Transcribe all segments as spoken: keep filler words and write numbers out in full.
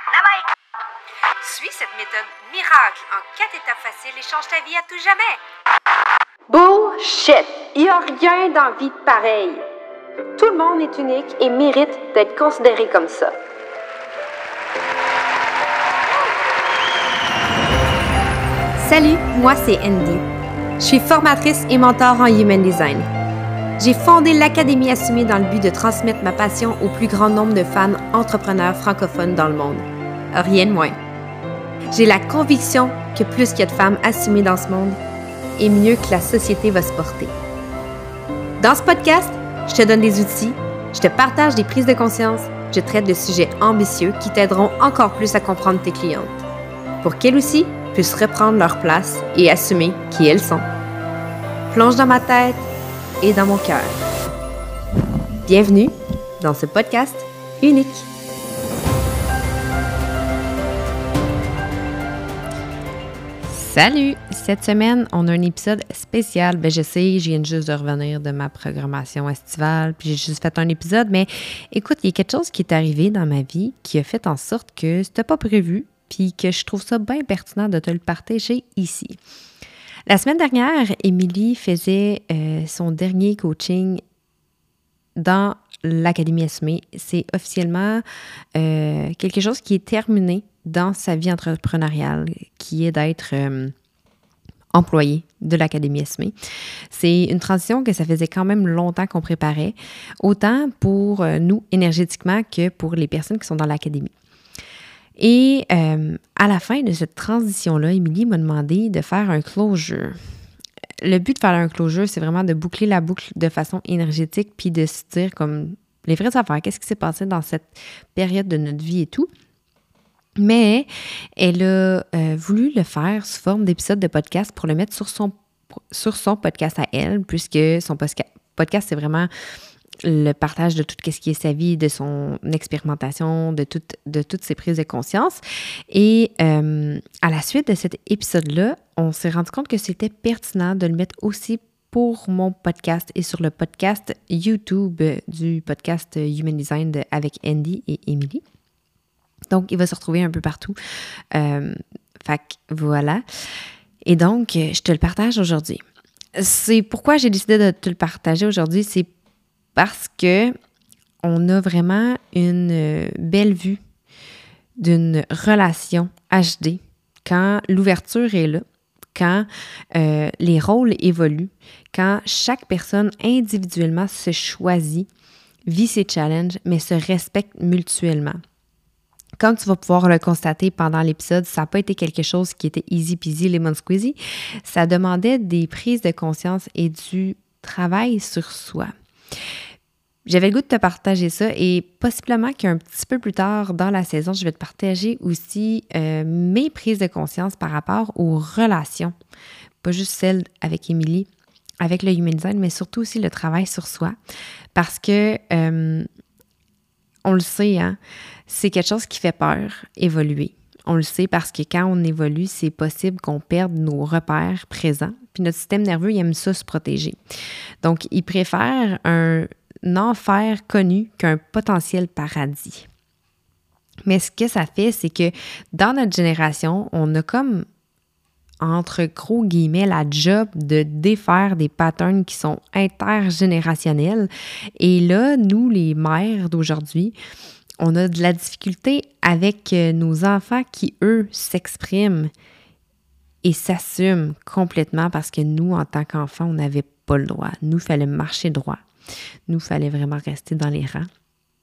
Suis cette méthode miracle en quatre étapes faciles et change ta vie à tout jamais. Bullshit! Il n'y a rien dans la vie de pareil. Tout le monde est unique et mérite d'être considéré comme ça. Salut, moi c'est Andy. Je suis formatrice et mentor en Human Design. J'ai fondé l'Académie Assumée dans le but de transmettre ma passion au plus grand nombre de femmes entrepreneurs francophones dans le monde. Rien de moins. J'ai la conviction que plus qu'il y a de femmes assumées dans ce monde, et mieux que la société va se porter. Dans ce podcast, je te donne des outils, je te partage des prises de conscience, je traite de sujets ambitieux qui t'aideront encore plus à comprendre tes clientes, pour qu'elles aussi puissent reprendre leur place et assumer qui elles sont. Plonge dans ma tête et dans mon cœur. Bienvenue dans ce podcast unique. Salut! Cette semaine, on a un épisode spécial. Ben, je sais, je viens juste de revenir de ma programmation estivale, puis j'ai juste fait un épisode, mais écoute, il y a quelque chose qui est arrivé dans ma vie qui a fait en sorte que c'était pas prévu, puis que je trouve ça bien pertinent de te le partager ici. La semaine dernière, Émilie faisait euh, son dernier coaching dans l'Académie Assumée. C'est officiellement euh, quelque chose qui est terminé dans sa vie entrepreneuriale, qui est d'être euh, employé de l'Académie Assumée. C'est une transition que ça faisait quand même longtemps qu'on préparait, autant pour euh, nous énergétiquement que pour les personnes qui sont dans l'Académie. Et euh, à la fin de cette transition-là, Émilie m'a demandé de faire un closure. Le but de faire un closure, c'est vraiment de boucler la boucle de façon énergétique puis de se dire comme les vraies affaires, qu'est-ce qui s'est passé dans cette période de notre vie et tout. Mais elle a euh, voulu le faire sous forme d'épisode de podcast pour le mettre sur son, sur son podcast à elle, puisque son podcast, c'est vraiment le partage de tout ce qui est sa vie, de son expérimentation, de, tout, de toutes ses prises de conscience. Et euh, à la suite de cet épisode-là, on s'est rendu compte que c'était pertinent de le mettre aussi pour mon podcast et sur le podcast YouTube du podcast Human Design de, avec Andy et Émilie. Donc, il va se retrouver un peu partout. Euh, fait que voilà. Et donc, je te le partage aujourd'hui. C'est pourquoi j'ai décidé de te le partager aujourd'hui, c'est parce que on a vraiment une belle vue d'une relation H D quand l'ouverture est là, quand euh, les rôles évoluent, quand chaque personne individuellement se choisit, vit ses challenges, mais se respecte mutuellement. Comme tu vas pouvoir le constater pendant l'épisode, ça n'a pas été quelque chose qui était easy peasy, lemon squeezy. Ça demandait des prises de conscience et du travail sur soi. J'avais le goût de te partager ça et possiblement qu'un petit peu plus tard dans la saison, je vais te partager aussi euh, mes prises de conscience par rapport aux relations. Pas juste celles avec Émilie, avec le Human Design, mais surtout aussi le travail sur soi. Parce que, euh, on le sait, hein, c'est quelque chose qui fait peur, évoluer. On le sait parce que quand on évolue, c'est possible qu'on perde nos repères présents. Puis notre système nerveux, il aime ça se protéger. Donc, il préfère un enfer connu qu'un potentiel paradis. Mais ce que ça fait, c'est que dans notre génération, on a comme, entre gros guillemets, la job de défaire des patterns qui sont intergénérationnels. Et là, nous, les mères d'aujourd'hui, on a de la difficulté avec nos enfants qui, eux, s'expriment et s'assument complètement parce que nous, en tant qu'enfants, on n'avait pas le droit. Nous, il fallait marcher droit. Nous, il fallait vraiment rester dans les rangs.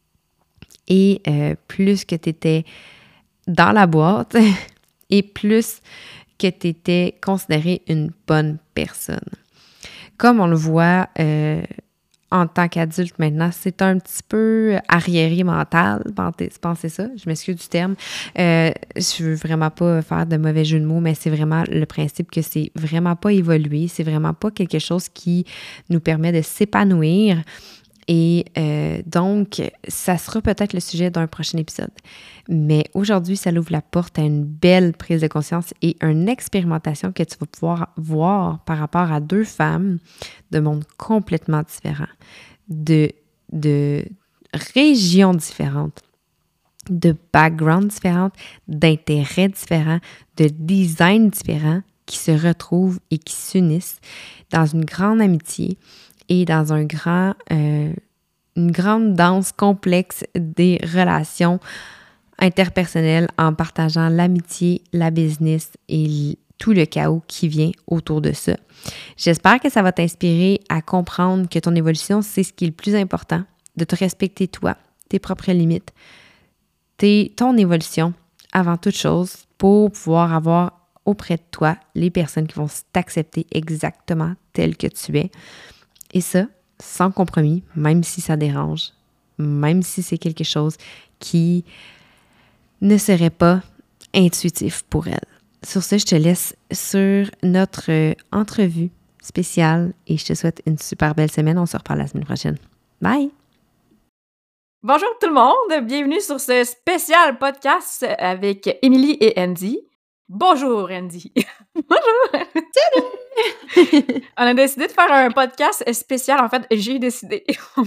Et euh, plus que tu étais dans la boîte et plus que tu étais considérée une bonne personne. Comme on le voit euh, en tant qu'adulte maintenant, c'est un petit peu arriéré mental, pensez ça, je m'excuse du terme. Euh, je veux vraiment pas faire de mauvais jeu de mots, mais c'est vraiment le principe que c'est vraiment pas évolué, c'est vraiment pas quelque chose qui nous permet de s'épanouir. Et euh, donc, ça sera peut-être le sujet d'un prochain épisode. Mais aujourd'hui, ça ouvre la porte à une belle prise de conscience et une expérimentation que tu vas pouvoir voir par rapport à deux femmes de mondes complètement différents, de, de régions différentes, de backgrounds différents, d'intérêts différents, de designs différents qui se retrouvent et qui s'unissent dans une grande amitié et dans un grand, euh, une grande danse complexe des relations interpersonnelles en partageant l'amitié, la business et l- tout le chaos qui vient autour de ça. J'espère que ça va t'inspirer à comprendre que ton évolution, c'est ce qui est le plus important, de te respecter toi, tes propres limites, tes, ton évolution avant toute chose pour pouvoir avoir auprès de toi les personnes qui vont t'accepter exactement tel que tu es. Et ça, sans compromis, même si ça dérange, même si c'est quelque chose qui ne serait pas intuitif pour elle. Sur ce, je te laisse sur notre euh, entrevue spéciale et je te souhaite une super belle semaine. On se reparle la semaine prochaine. Bye! Bonjour tout le monde, bienvenue sur ce spécial podcast avec Émilie et Andy. Bonjour Andy! Bonjour! Salut! On a décidé de faire un podcast spécial, en fait, j'ai décidé.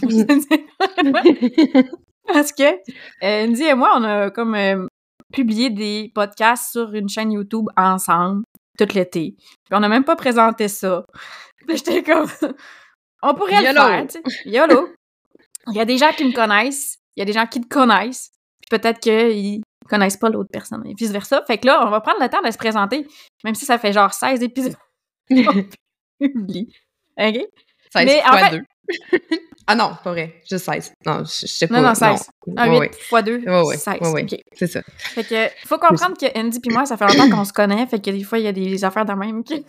Parce que euh, Andy et moi, on a comme euh, publié des podcasts sur une chaîne YouTube ensemble, tout l'été. Puis on n'a même pas présenté ça. Puis j'étais comme... on pourrait Yolo. le faire, tu sais. YOLO! Il y a des gens qui me connaissent, il y a des gens qui te connaissent, puis peut-être qu'ils connaissent pas l'autre personne, et vice-versa. Fait que là, on va prendre le temps de se présenter, même si ça fait genre seize épisodes. Oublie. OK? seize Mais en fois fait... deux. Ah non, pas vrai, juste seize. Non, je, je sais pas. Non, non, seize. Non. Ah, Ouais, huit ouais. fois deux, Ouais, ouais. seize. Ouais, ouais. OK. C'est ça. Fait que, faut comprendre que Andy pis moi, ça fait longtemps qu'on se connaît, fait que des fois, il y a des affaires de même qui...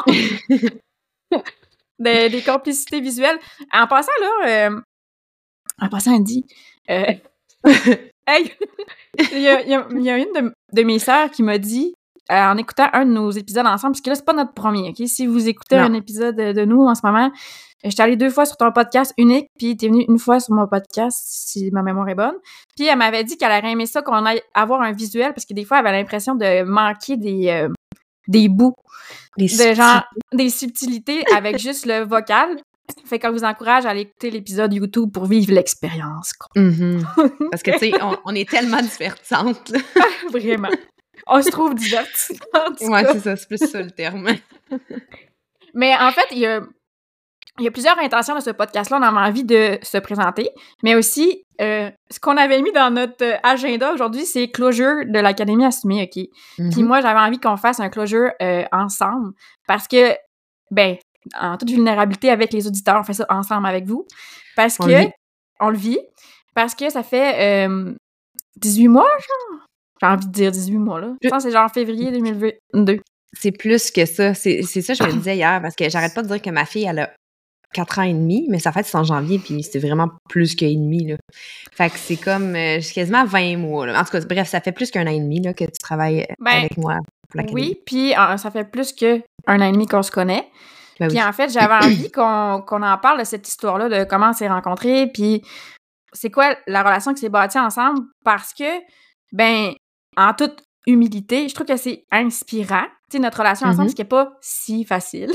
des, des complicités visuelles. En passant, là... Euh... En passant, Andy... Euh... hey! il, y a, il, y a, il y a une de, de mes sœurs qui m'a dit, euh, en écoutant un de nos épisodes ensemble, parce que là, c'est pas notre premier, OK? Si vous écoutez Non. un épisode de, de nous en ce moment, j'étais allée deux fois sur ton podcast unique, puis t'es venue une fois sur mon podcast, si ma mémoire est bonne. Puis elle m'avait dit qu'elle aurait aimé ça, qu'on aille avoir un visuel, parce que des fois, elle avait l'impression de manquer des, euh, des bouts, Les de genre, des subtilités avec juste le vocal. Fait qu'on vous encourage à aller écouter l'épisode YouTube pour vivre l'expérience. Mm-hmm. Parce que, tu sais, on, on est tellement divertissantes. Là. Vraiment. On se trouve divertissantes. Ouais, c'est ça, c'est plus ça le terme. Mais en fait, il y a, il y a plusieurs intentions de ce podcast-là. On avait envie de se présenter, mais aussi, euh, ce qu'on avait mis dans notre agenda aujourd'hui, c'est closure de l'Académie Assumée, OK? Mm-hmm. Puis moi, j'avais envie qu'on fasse un closure euh, ensemble parce que, ben, en toute vulnérabilité avec les auditeurs, on fait ça ensemble avec vous. Parce que, On le vit. on le vit, parce que ça fait euh, dix-huit mois, genre? J'ai envie de dire dix-huit mois, là. Je pense que c'est genre février deux mille vingt-deux. C'est plus que ça. C'est, c'est ça que je me disais hier, parce que j'arrête pas de dire que ma fille, elle a quatre ans et demi, mais sa fête, c'est en janvier, puis c'est vraiment plus qu'un et demi, là. Fait que c'est comme euh, quasiment vingt mois, là. En tout cas, bref, ça fait plus qu'un an et demi, là, que tu travailles Ben, avec moi pour l'Académie. Oui, puis euh, ça fait plus qu'un an et demi qu'on se connaît. Ben Puis oui. en fait, j'avais envie qu'on, qu'on en parle de cette histoire-là, de comment on s'est rencontrés, puis c'est quoi la relation qui s'est bâtie ensemble, parce que, ben, en toute humilité, je trouve que c'est inspirant. Tu sais, notre relation ensemble, Mm-hmm. ce qui n'est pas si facile.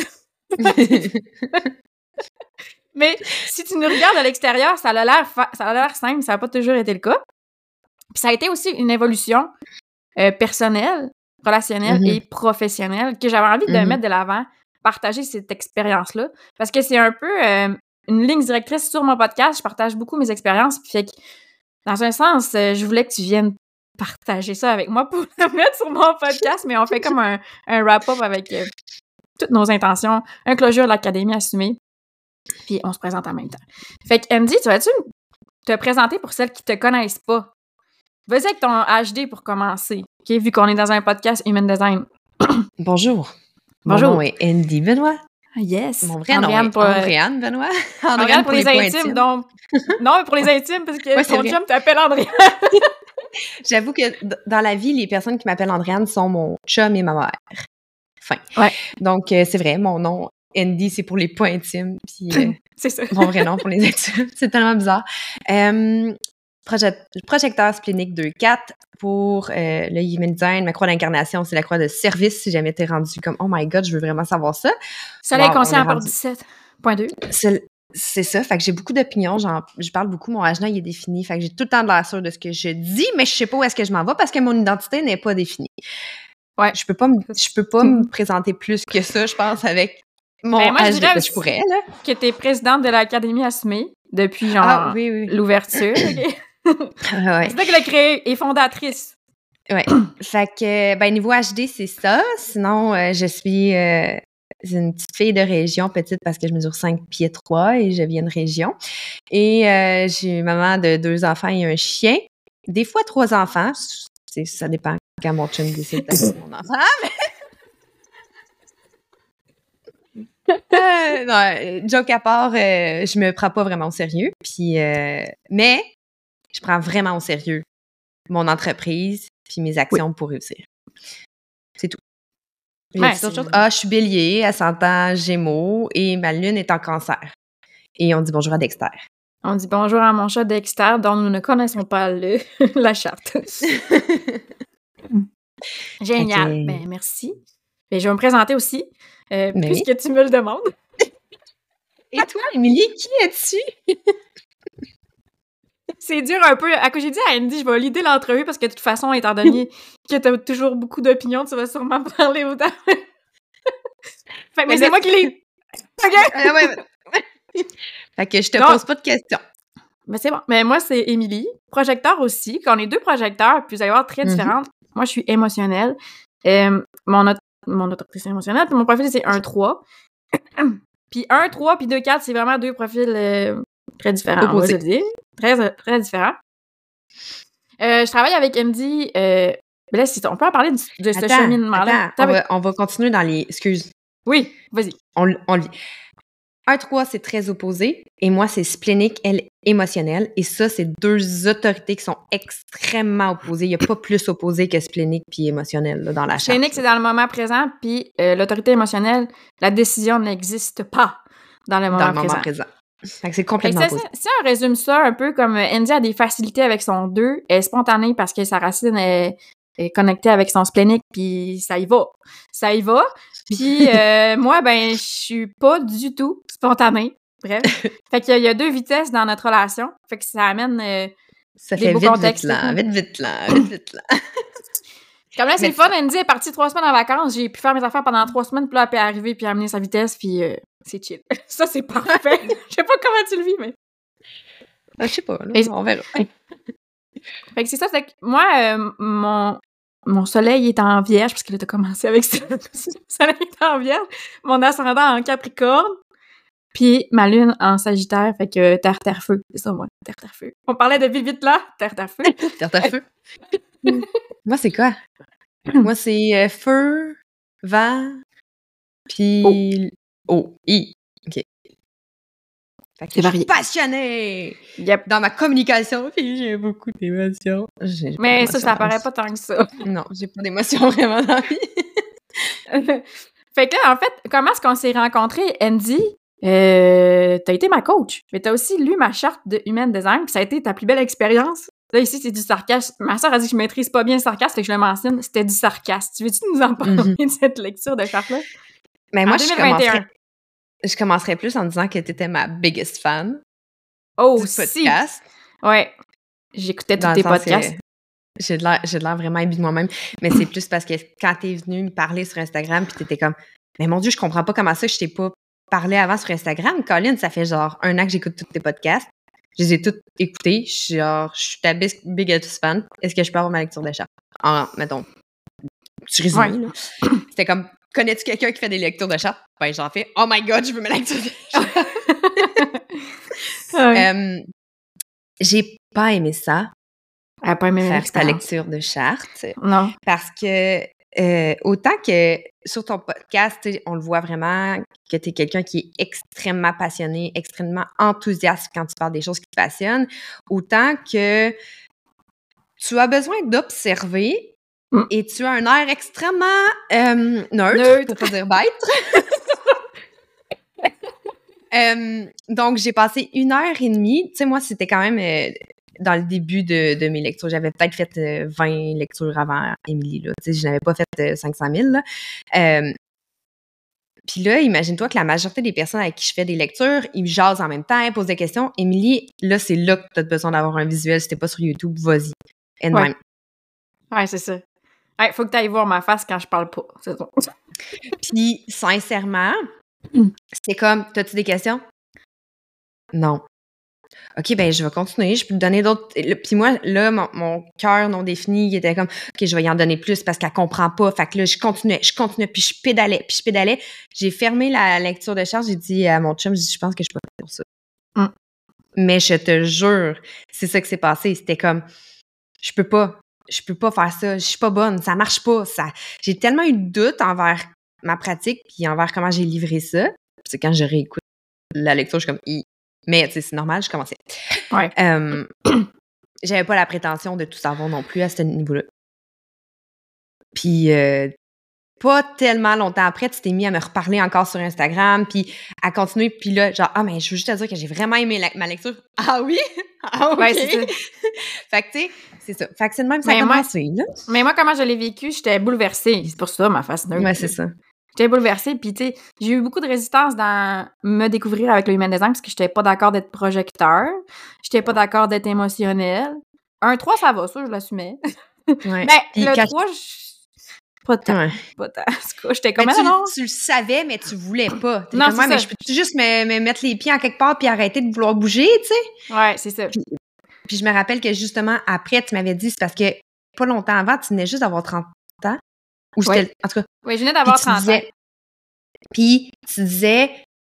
Mais si tu nous regardes à l'extérieur, ça a l'air, fa- ça a l'air simple, ça n'a pas toujours été le cas. Puis ça a été aussi une évolution euh, personnelle, relationnelle Mm-hmm. et professionnelle que j'avais envie de Mm-hmm. mettre de l'avant, partager cette expérience-là. Parce que c'est un peu euh, une ligne directrice sur mon podcast. Je partage beaucoup mes expériences. Puis fait que, dans un sens, euh, je voulais que tu viennes partager ça avec moi pour le mettre sur mon podcast, mais on fait comme un, un wrap-up avec euh, toutes nos intentions, un closure de l'Académie Assumée, puis on se présente en même temps. Fait que Andy, tu vas-tu te présenter pour celles qui te connaissent pas? Vas-y avec ton H D pour commencer, OK? Vu qu'on est dans un podcast Human Design. Bonjour. Bonjour. Mon nom est Andy Benoît. Ah, yes! Mon vrai Andréane nom est pour, euh, Andréane Benoît. Andréane pour les points intimes, donc... Non, mais pour les intimes, parce que Ouais, c'est ton vrai. chum t'appelle Andréane. J'avoue que d- dans la vie, les personnes qui m'appellent Andréane sont mon chum et ma mère. Fin. Ouais. Donc, euh, c'est vrai, mon nom, Andy, c'est pour les points intimes, puis euh, C'est ça. mon vrai nom pour les intimes. C'est tellement bizarre. Euh, projet- projecteur splénique deux quatre pour euh, le Human Design. Ma croix d'incarnation, c'est la croix de service, si jamais t'es rendu comme « Oh my God, je veux vraiment savoir ça ». Soleil Wow, conscient on est à part rendu- dix-sept point deux. C'est- c'est ça, fait que j'ai beaucoup d'opinions, j'en, je parle beaucoup, mon agenda il est défini, fait que j'ai tout le temps de l'air sûre de ce que je dis, mais je sais pas où est-ce que je m'en vais parce que mon identité n'est pas définie. Ouais. Je peux pas me, je peux pas me présenter plus que ça, je pense, avec mon Ben, moi, je H D. dirais Ben, aussi je pourrais, là. que t'es présidente de l'Académie assumée depuis, genre, Ah, oui, oui. l'ouverture. OK? Ah, ouais. C'est toi qui l'as créée et fondatrice. Ouais. Fait que, ben, niveau H D, c'est ça. Sinon, euh, je suis euh, une petite fille de région, petite parce que je mesure cinq pieds trois et je viens de région. Et euh, j'ai maman de deux enfants et un chien. Des fois, trois enfants. C'est, ça dépend quand mon chum décide d'être mon enfant. euh, non, joke à part, euh, je me prends pas vraiment au sérieux. Puis, euh, mais je prends vraiment au sérieux mon entreprise puis mes actions oui. pour réussir. C'est tout. J'ai ouais, dit autre chose. Ah, je suis bélier, à cent ans, gémeaux, et ma lune est en cancer. Et on dit bonjour à Dexter. On dit bonjour à mon chat Dexter, dont nous ne connaissons pas le, la charte. Génial. Okay. Ben, merci. Et je vais me présenter aussi, euh, puisque oui. tu me le demandes. Et toi, Émilie, qui es-tu? C'est dur un peu. À quoi j'ai dit à Andy, je vais l'idée l'entrevue parce que de toute façon, étant donné que t'as toujours beaucoup d'opinions, tu vas sûrement parler autant. Fait, mais, mais c'est là, moi qui l'ai. OK? Ah ouais, ouais. Fait que je te non. pose pas de questions. Mais c'est bon. Mais moi, c'est Émilie. Projecteur aussi. Quand on est deux projecteurs, puis vous allez voir très différentes. Mm-hmm. Moi, je suis émotionnelle. Euh, mon, auto- mon autorité émotionnelle, puis mon profil, c'est un trois. Puis un trois, puis deux quatre, c'est vraiment deux profils euh, très différents, on va se le dire. Très, très différents. Euh, je travaille avec Andy. Euh, mais là, on peut en parler de, de ce attends, cheminement-là. Attends, on va, on va continuer dans les... Excuse. Oui, vas-y. On, on lit. un trois, c'est très opposé. Et moi, c'est splénique, elle, émotionnelle. Et ça, c'est deux autorités qui sont extrêmement opposées. Il n'y a pas plus opposé que splénique puis émotionnel là, dans la charte. Splénique, c'est dans le moment présent. Puis euh, l'autorité émotionnelle, la décision n'existe pas dans le moment présent. Dans le moment présent. Fait que c'est complètement fait que opposé. Si on résume ça un peu comme Andy a des facilités avec son deux, elle est spontanée parce que sa racine est, est connectée avec son splénique, puis ça y va. Ça y va. Puis euh, moi, ben, je suis pas du tout spontanée. Bref. Fait qu'il y a, il y a deux vitesses dans notre relation. Fait que ça amène euh, ça des fait beaux vite, contextes. Vite, lent, vite, vite, lent, vite, vite, lent. Comme là, c'est le fun. Andy est partie trois semaines en vacances. J'ai pu faire mes affaires pendant trois semaines, puis là, elle peut arriver, puis amener sa vitesse, puis euh, c'est chill. Ça, c'est parfait. Je sais pas comment tu le vis, mais... Je sais pas, là, Et... on verra. Fait que c'est ça, c'est que moi, euh, mon... Mon soleil est en vierge, parce que là, t'as commencé avec ça. Mon soleil est en vierge. Mon ascendant en capricorne. Puis ma lune en sagittaire. Fait que terre, terre, feu. C'est ça, moi. Terre, terre, feu. On parlait de vite, vite là. Terre, terre, feu. Terre, terre, feu. Moi, c'est quoi? Moi, c'est euh, feu, vent, puis eau. I. OK. Fait que c'est varié. Passionnée yep. dans ma communication, puis j'ai beaucoup d'émotions. J'ai Mais ça, ça paraît pas tant que ça. Non, j'ai pas d'émotions vraiment dans la vie. Fait que là, en fait, comment est-ce qu'on s'est rencontrés, Andy? Euh, t'as été ma coach, mais t'as aussi lu ma charte de Human Design, puis ça a été ta plus belle expérience. Là, ici, c'est du sarcasme. Ma soeur a dit que je maîtrise pas bien le sarcasme, fait que je le mentionne. C'était du sarcasme. Tu veux-tu nous en parler mm-hmm. de cette lecture de charte-là? Mais moi, je commencerais, je commencerais plus en disant que t'étais ma biggest fan. Oh, du podcast. Si. Ouais. J'écoutais tous tes podcasts. J'ai de l'air, j'ai de l'air vraiment imbue de moi-même, mais c'est plus parce que quand t'es venue me parler sur Instagram, puis t'étais comme, mais mon Dieu, je comprends pas comment ça, je t'ai pas parlé avant sur Instagram. Colin, ça fait genre un an que j'écoute tous tes podcasts. Je les ai tous écoutés. Je suis genre, je suis ta biggest fan. Est-ce que je peux avoir ma lecture de charte? En, mettons, tu résumes, ouais. là. C'était comme, connais-tu quelqu'un qui fait des lectures de charte? Ben, j'en fais. Oh my God, je veux ma lecture de charte. ouais. um, j'ai pas aimé ça. Elle a pas aimé faire ta lecture de charte. Non. Parce que euh, autant que sur ton podcast, on le voit vraiment que tu es quelqu'un qui est extrêmement passionné, extrêmement enthousiaste quand tu parles des choses qui te passionnent, autant que tu as besoin d'observer mm. et tu as un air extrêmement euh, neutre, neutre, pour pas dire bête. euh, donc, j'ai passé une heure et demie. Tu sais, moi, c'était quand même... Euh, dans le début de, de mes lectures. J'avais peut-être fait euh, vingt lectures avant Émilie, là. Tu sais, je n'avais pas fait euh, cinq cent mille, là. Euh, Puis là, imagine-toi que la majorité des personnes avec qui je fais des lectures, ils jasent en même temps, ils posent des questions. Émilie, là, c'est là que tu as besoin d'avoir un visuel. Si t'es pas sur YouTube, vas-y. Et de Ouais. même. Ouais, c'est ça. Ouais, faut que tu ailles voir ma face quand je parle pas. C'est ça. Puis, sincèrement, Mm. c'est comme, t'as-tu des questions? Non. OK, ben je vais continuer, je peux te donner d'autres. Le- Puis moi, là, mon, mon cœur non défini, il était comme, OK, je vais y en donner plus parce qu'elle comprend pas. Fait que là, je continuais, je continuais, puis je pédalais, puis je pédalais. J'ai fermé la lecture de charge, j'ai dit à mon chum, j'ai dit, je pense que je peux pas faire ça. Mm. Mais je te jure, c'est ça qui s'est passé. C'était comme, je peux pas, je peux pas faire ça, je suis pas bonne, ça marche pas. Ça... J'ai tellement eu de doutes envers ma pratique, puis envers comment j'ai livré ça. Puis c'est quand je réécoute la lecture, je suis comme, Hi. Mais tu sais, c'est normal, je commençais. Ouais. Euh, j'avais pas la prétention de tout savoir non plus à ce niveau-là. Puis, euh, pas tellement longtemps après, tu t'es mis à me reparler encore sur Instagram, puis à continuer. Puis là, genre, ah, mais je veux juste te dire que j'ai vraiment aimé la- ma lecture. Ah oui? Ah, OK. Ouais, c'est ça. Fait que, tu sais, c'est ça. Fait que c'est de même que ça a Mais moi- commencé, là. Mais moi, comment je l'ai vécu, j'étais bouleversée. C'est pour ça, ma face neutre. Ouais, c'est ça. J'étais bouleversée, puis tu sais, j'ai eu beaucoup de résistance dans me découvrir avec le human design parce que j'étais pas d'accord d'être projecteur, j'étais pas d'accord d'être émotionnel. Un trois, ça va, ça, je l'assumais. Ouais. Ben, Puis le quand- trois, je... pas tant, Ouais. pas tant. En tout cas, j'étais comme, Mais ah, tu, non, tu le savais, mais tu voulais pas. T'es Non, comme, c'est ouais, mais ça. je peux juste me, me mettre les pieds en quelque part puis arrêter de vouloir bouger, tu sais? Ouais, c'est ça. Puis je me rappelle que justement, après, tu m'avais dit, c'est parce que pas longtemps avant, tu venais juste d'avoir trente ans. Ou Ouais. c'était, en tout cas, Oui, je venais d'avoir puis tu trente ans. disais, puis tu disais,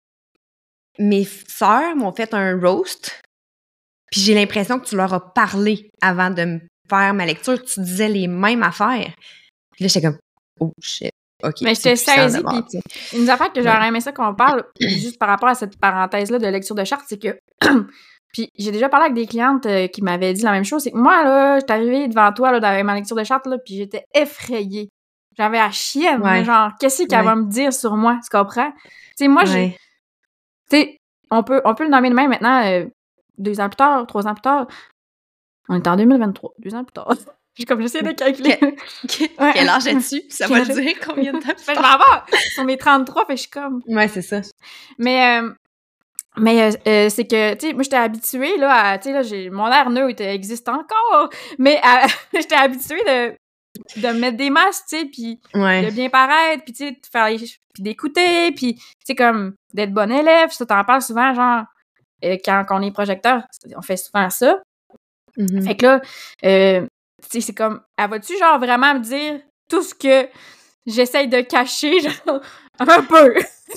mes f- sœurs m'ont fait un roast, puis j'ai l'impression que tu leur as parlé avant de me faire ma lecture. Tu disais les mêmes affaires. Puis là, j'étais comme, oh shit, OK. Mais c'est j'étais puissant saisie, d'abord, puis tu sais. une affaire que Ouais. j'aurais aimé ça qu'on parle, juste par rapport à cette parenthèse-là de lecture de charte, c'est que... Puis j'ai déjà parlé avec des clientes euh, qui m'avaient dit la même chose, c'est que moi, là, j'étais arrivée devant toi, là, avec ma lecture de charte, là, puis j'étais effrayée. J'avais la chienne, Ouais. là, genre, qu'est-ce qu'elle Ouais. va me dire sur moi, tu comprends? Tu sais, moi, j'ai... Ouais. Tu sais, on peut, on peut le nommer de même maintenant, euh, deux ans plus tard, trois ans plus tard. On est en deux mille vingt-trois, deux ans plus tard. J'ai comme j'essaie de calculer. Ouais. Quel âge es-tu? Ça va Quel- dire combien de temps? Fait que je m'en vais sur mes trente-trois, fait que je suis comme... Ouais, c'est ça. Mais, euh, mais euh, euh, c'est que, tu sais, moi, j'étais habituée, là, à, tu sais, là, j'ai, mon air neutre existe encore, mais à- j'étais habituée de, de mettre des masques, tu sais, puis de Ouais. bien paraître, puis tu sais, de faire les- puis d'écouter, puis tu sais, comme, d'être bon élève, ça, t'en parles souvent, genre, euh, quand, quand on est projecteur, on fait souvent ça. Mhm. Fait que là, euh, tu sais, c'est comme, elle va-tu, genre, vraiment me dire tout ce que j'essaye de cacher, genre, un peu?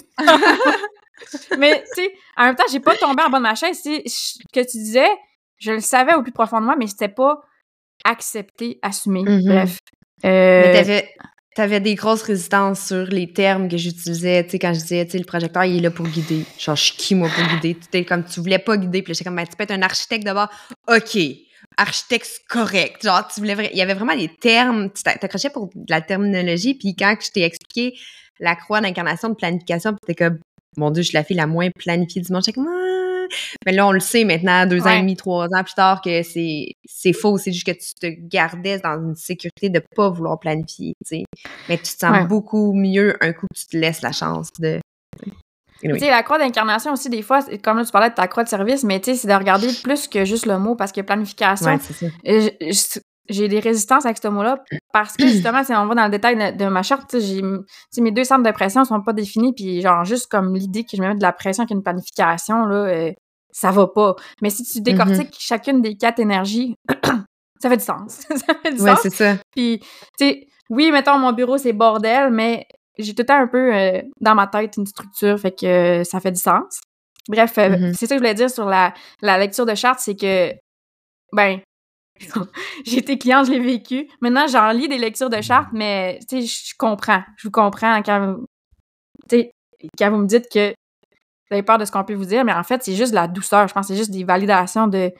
Mais, tu sais, en même temps, j'ai pas tombé en bas de ma chaise. Tu sais, ce que tu disais, je le savais au plus profond de moi, mais c'était pas accepté, assumé. Mhm. Bref. Euh, Mais t'avais, t'avais des grosses résistances sur les termes que j'utilisais. Tu sais, quand je disais, tu sais, le projecteur, il est là pour guider. Genre, je suis qui, moi, pour guider? Tu sais, comme tu voulais pas guider. Puis là, j'étais comme, ben, tu peux être un architecte d'abord. OK. Architecte, c'est correct. Genre, tu voulais vra- il y avait vraiment des termes. Tu t'a- t'accrochais pour de la terminologie. Puis quand je t'ai expliqué la croix d'incarnation de planification, puis t'es comme, mon Dieu, je suis la fille la moins planifiée du monde. J'étais comme, ah. Mais là, on le sait maintenant, deux ans Ouais. et demi, trois ans plus tard, que c'est, c'est faux. C'est juste que tu te gardais dans une sécurité de pas vouloir planifier, tu sais. Mais tu te sens Ouais. beaucoup mieux un coup que tu te laisses la chance de... Tu Anyway. sais, la croix d'incarnation aussi, des fois, c'est- comme là, tu parlais de ta croix de service, mais tu sais, c'est de regarder plus que juste le mot, parce que planification, Ouais, c'est ça. euh, je- je- j'ai des résistances avec ce mot-là, parce que justement, si on va dans le détail de, de ma charte, tu sais, j'ai, tu sais, mes deux centres de pression sont pas définis, puis genre, juste comme l'idée que je me mets de la pression avec une planification, là, euh, ça va pas. Mais si tu décortiques chacune des quatre énergies, ça fait du sens. ça fait du Ouais, sens. c'est ça. Puis, tu sais, oui, mettons, mon bureau, c'est bordel, mais j'ai tout le temps un peu euh, dans ma tête une structure, fait que euh, ça fait du sens. Bref, euh, Mhm. c'est ça que je voulais dire sur la, la lecture de charte, c'est que, ben, j'ai été cliente, je l'ai vécu. Maintenant, j'en lis des lectures de charte, mais, tu sais, je comprends. Je vous comprends quand vous, tu sais, quand vous me dites que vous avez peur de ce qu'on peut vous dire, mais en fait, c'est juste de la douceur. Je pense que c'est juste des validations de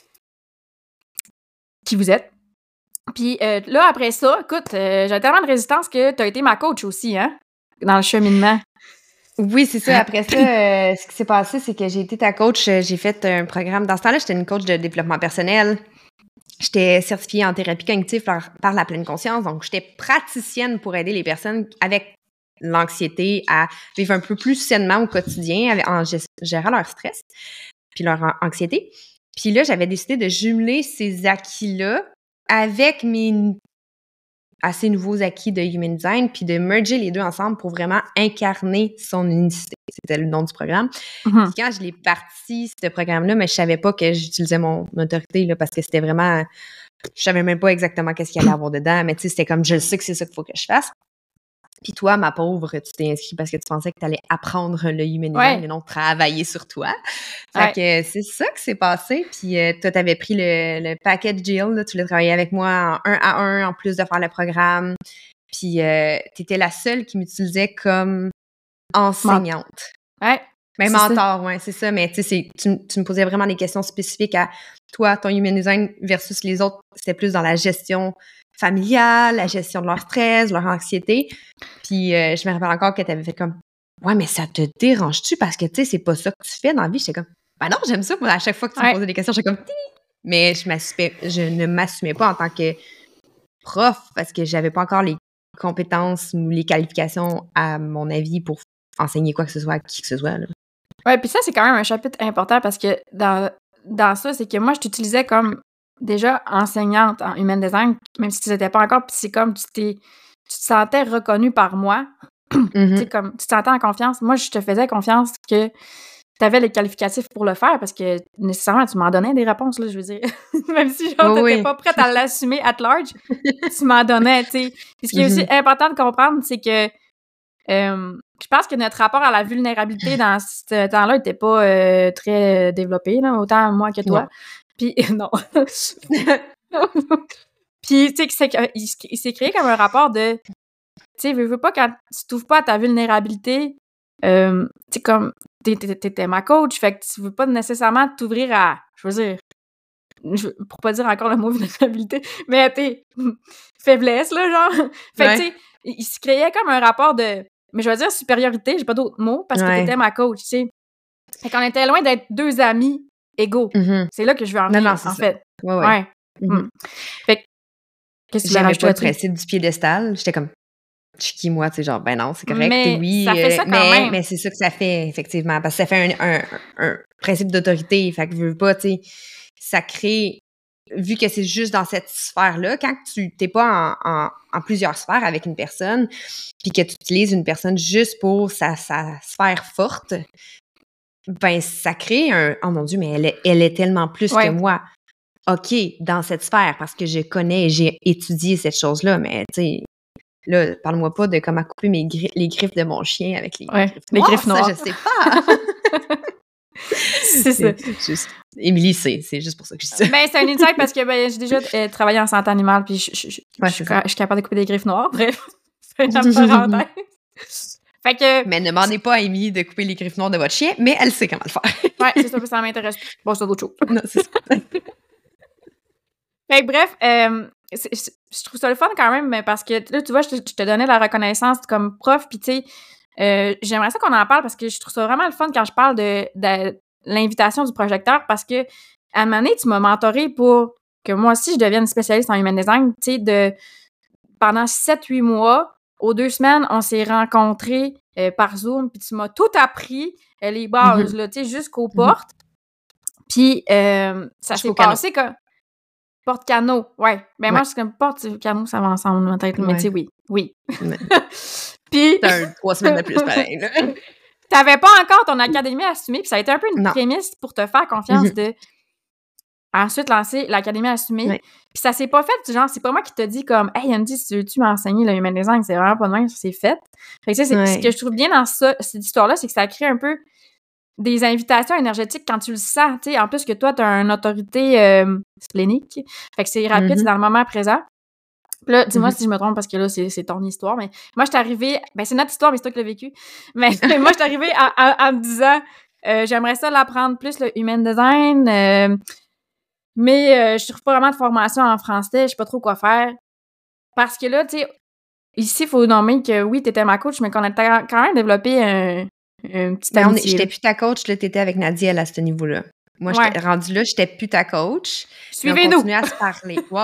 qui vous êtes. Puis euh, là, après ça, écoute, euh, j'ai tellement de résistance que t'as été ma coach aussi, hein, dans le cheminement. Oui, c'est ça. Après ça, euh, ce qui s'est passé, c'est que j'ai été ta coach. euh, J'ai fait un programme. Dans ce temps-là, j'étais une coach de développement personnel. J'étais certifiée en thérapie cognitive par, par la pleine conscience. Donc, j'étais praticienne pour aider les personnes avec l'anxiété à vivre un peu plus sainement au quotidien avec, en gé- gérant leur stress puis leur an- anxiété. Puis là, j'avais décidé de jumeler ces acquis-là avec mes assez nouveaux acquis de Human Design, puis de merger les deux ensemble pour vraiment incarner son unicité. C'était le nom du programme. Mhm. Puis quand je l'ai parti, ce programme-là, mais je savais pas que j'utilisais mon autorité, là, parce que c'était vraiment... Je savais même pas exactement qu'est-ce qu'il y allait avoir dedans, mais tu sais, c'était comme, je sais que c'est ça qu'il faut que je fasse. Puis toi, ma pauvre, tu t'es inscrit parce que tu pensais que tu allais apprendre le Human Design Ouais. et non travailler sur toi. Fait Ouais. que euh, c'est ça qui s'est passé. Puis euh, toi, t'avais pris le, le package deal, là, tu voulais travailler avec moi en un à un, en plus de faire le programme. Puis euh, t'étais la seule qui m'utilisait comme enseignante. Ouais. Mais C'est ça. mentor, ouais, c'est ça. Mais tu sais, c'est- tu, m- tu me posais vraiment des questions spécifiques à toi, ton Human Design versus les autres. C'était plus dans la gestion familiale, la gestion de leur stress, leur anxiété. Puis euh, je me rappelle encore que tu avais fait comme ouais, mais ça te dérange-tu parce que tu sais, c'est pas ça que tu fais dans la vie. J'étais comme ben non, j'aime ça. Moi, à chaque fois que tu Ouais. me posais des questions, j'étais comme Ti! Mais je m'assumais, je ne m'assumais pas en tant que prof parce que j'avais pas encore les compétences ou les qualifications, à mon avis, pour enseigner quoi que ce soit à qui que ce soit, là. Ouais, puis ça, c'est quand même un chapitre important parce que dans, dans ça, c'est que moi, je t'utilisais comme déjà enseignante en human design, même si tu n'étais pas encore, puis c'est comme tu t'es tu te sentais reconnue par moi, tu sais, comme tu te sentais en confiance. Moi, je te faisais confiance que tu avais les qualificatifs pour le faire parce que nécessairement, tu m'en donnais des réponses, là, je veux dire. Même si genre, Oui, t'étais oui. pas prête à l'assumer at large, tu m'en donnais, tu sais. Puis ce qui est aussi Mhm. important de comprendre, c'est que euh, je pense que notre rapport à la vulnérabilité dans ce temps-là était pas euh, très euh, développé, là, autant moi que toi. Non. Puis non. Puis tu sais, c'est que- il, s- il s'est créé comme un rapport de, tu sais, veux, veux pas quand tu t'ouvres pas à ta vulnérabilité, euh, tu sais, comme t'es- t'es- t'étais ma coach, fait que tu veux pas nécessairement t'ouvrir à, je veux dire, je, pour pas dire encore le mot vulnérabilité, mais t'es faiblesse, là, genre. Fait Ouais. que, tu sais, il, il se créait comme un rapport de, mais je vais dire supériorité, j'ai pas d'autres mots, parce que Ouais. t'étais ma coach, tu sais. Fait qu'on était loin d'être deux amis égaux. Mhm. C'est là que je veux en Non, venir, non, c'est en ça. fait. Ouais, ouais. Ouais. Mhm. Mm. Fait que, qu'est-ce que tu voulais J'aimais rajouter pas le là-dessus? principe du piédestal. J'étais comme, je suis qui, moi, tu sais, genre, ben non, c'est correct, Mais oui. ça fait euh, ça quand mais, même. mais c'est ça que ça fait, effectivement, parce que ça fait un, un, un principe d'autorité. Fait que je veux pas, tu sais, ça crée, vu que c'est juste dans cette sphère-là, quand tu t'es pas en, en, en plusieurs sphères avec une personne, puis que tu utilises une personne juste pour sa, sa sphère forte, ben ça crée un, oh mon Dieu, mais elle est, elle est tellement plus Ouais. que moi. OK, dans cette sphère, parce que je connais et j'ai étudié cette chose-là, mais tu sais, là, parle-moi pas de comment couper mes gri- les griffes de mon chien avec les Ouais, griffes les noires. griffes noires. Ça, je sais pas. C'est ça. C'est juste... Émilie, c'est, c'est juste pour ça que je dis ça. Ben, c'est un insight parce que ben, j'ai déjà euh, travaillé en santé animale, puis je, je, je, Ouais, je, c'est suis ça. ca- je suis capable de couper des griffes noires. Bref, c'est une parenthèse. Fait que, Mais ne demandez pas à Émilie de couper les griffes noires de votre chien, mais elle sait comment le faire. ouais, c'est ça, ça m'intéresse plus. Bon, c'est d'autres choses. Non, c'est ça. Fait que bref, euh, c'est- c'est- je trouve ça le fun quand même parce que là, tu vois, je te, je te donnais la reconnaissance comme prof, puis tu sais, euh, j'aimerais ça qu'on en parle parce que je trouve ça vraiment le fun quand je parle de, de l'invitation du projecteur parce que à un moment donné, tu m'as mentoré pour que moi aussi je devienne spécialiste en human design, tu sais, de pendant sept huit mois, aux deux semaines, on s'est rencontrés euh, par Zoom, puis tu m'as tout appris, euh, les bases, Mhm. là, tu sais, jusqu'aux Mhm. portes. Puis euh, ça Jusqu'au s'est canot. passé comme porte-canot, ouais. Ben moi, Ouais. c'est comme porte-canot, ça va ensemble dans ma tête, mais Ouais. tu sais, oui, oui. Mais Puis, c'est un trois semaines de plus, pareil, là. t'avais pas encore ton académie assumée, puis ça a été un peu une Non. prémisse pour te faire confiance Mhm. de ensuite lancer l'académie assumée. Ouais. Puis ça s'est pas fait, genre, c'est pas moi qui t'a dit comme « Hey, Andy, si tu veux-tu m'enseigner le human design? » C'est vraiment pas de même, ça s'est fait. Fait que tu sais, c'est- Ouais. ce que je trouve bien dans ça, cette histoire-là, c'est que ça crée un peu des invitations énergétiques quand tu le sens, tu sais. En plus que toi, t'as une autorité euh, splénique. Fait que c'est rapide, Mhm. c'est dans le moment présent. Puis là, dis-moi Mhm. si je me trompe parce que là, c'est, c'est ton histoire. Mais moi, je suis arrivée. Ben, c'est notre histoire, mais c'est toi qui l'as vécu. Mais moi, je suis arrivée en, en- en me disant euh, j'aimerais ça l'apprendre plus, le human design. euh, mais euh, je trouve pas vraiment de formation en français. Je sais pas trop quoi faire. Parce que là, tu sais, ici, il faut nommer que oui, t'étais ma coach, mais qu'on a quand même développé un, un petit Mais on est- amitié. j'étais là. plus ta coach, là, t'étais avec Nadia à ce niveau-là. Moi, Ouais. j'étais rendue là, j'étais plus ta coach. Mais on Suivez-nous! continuait à se parler. Ouais.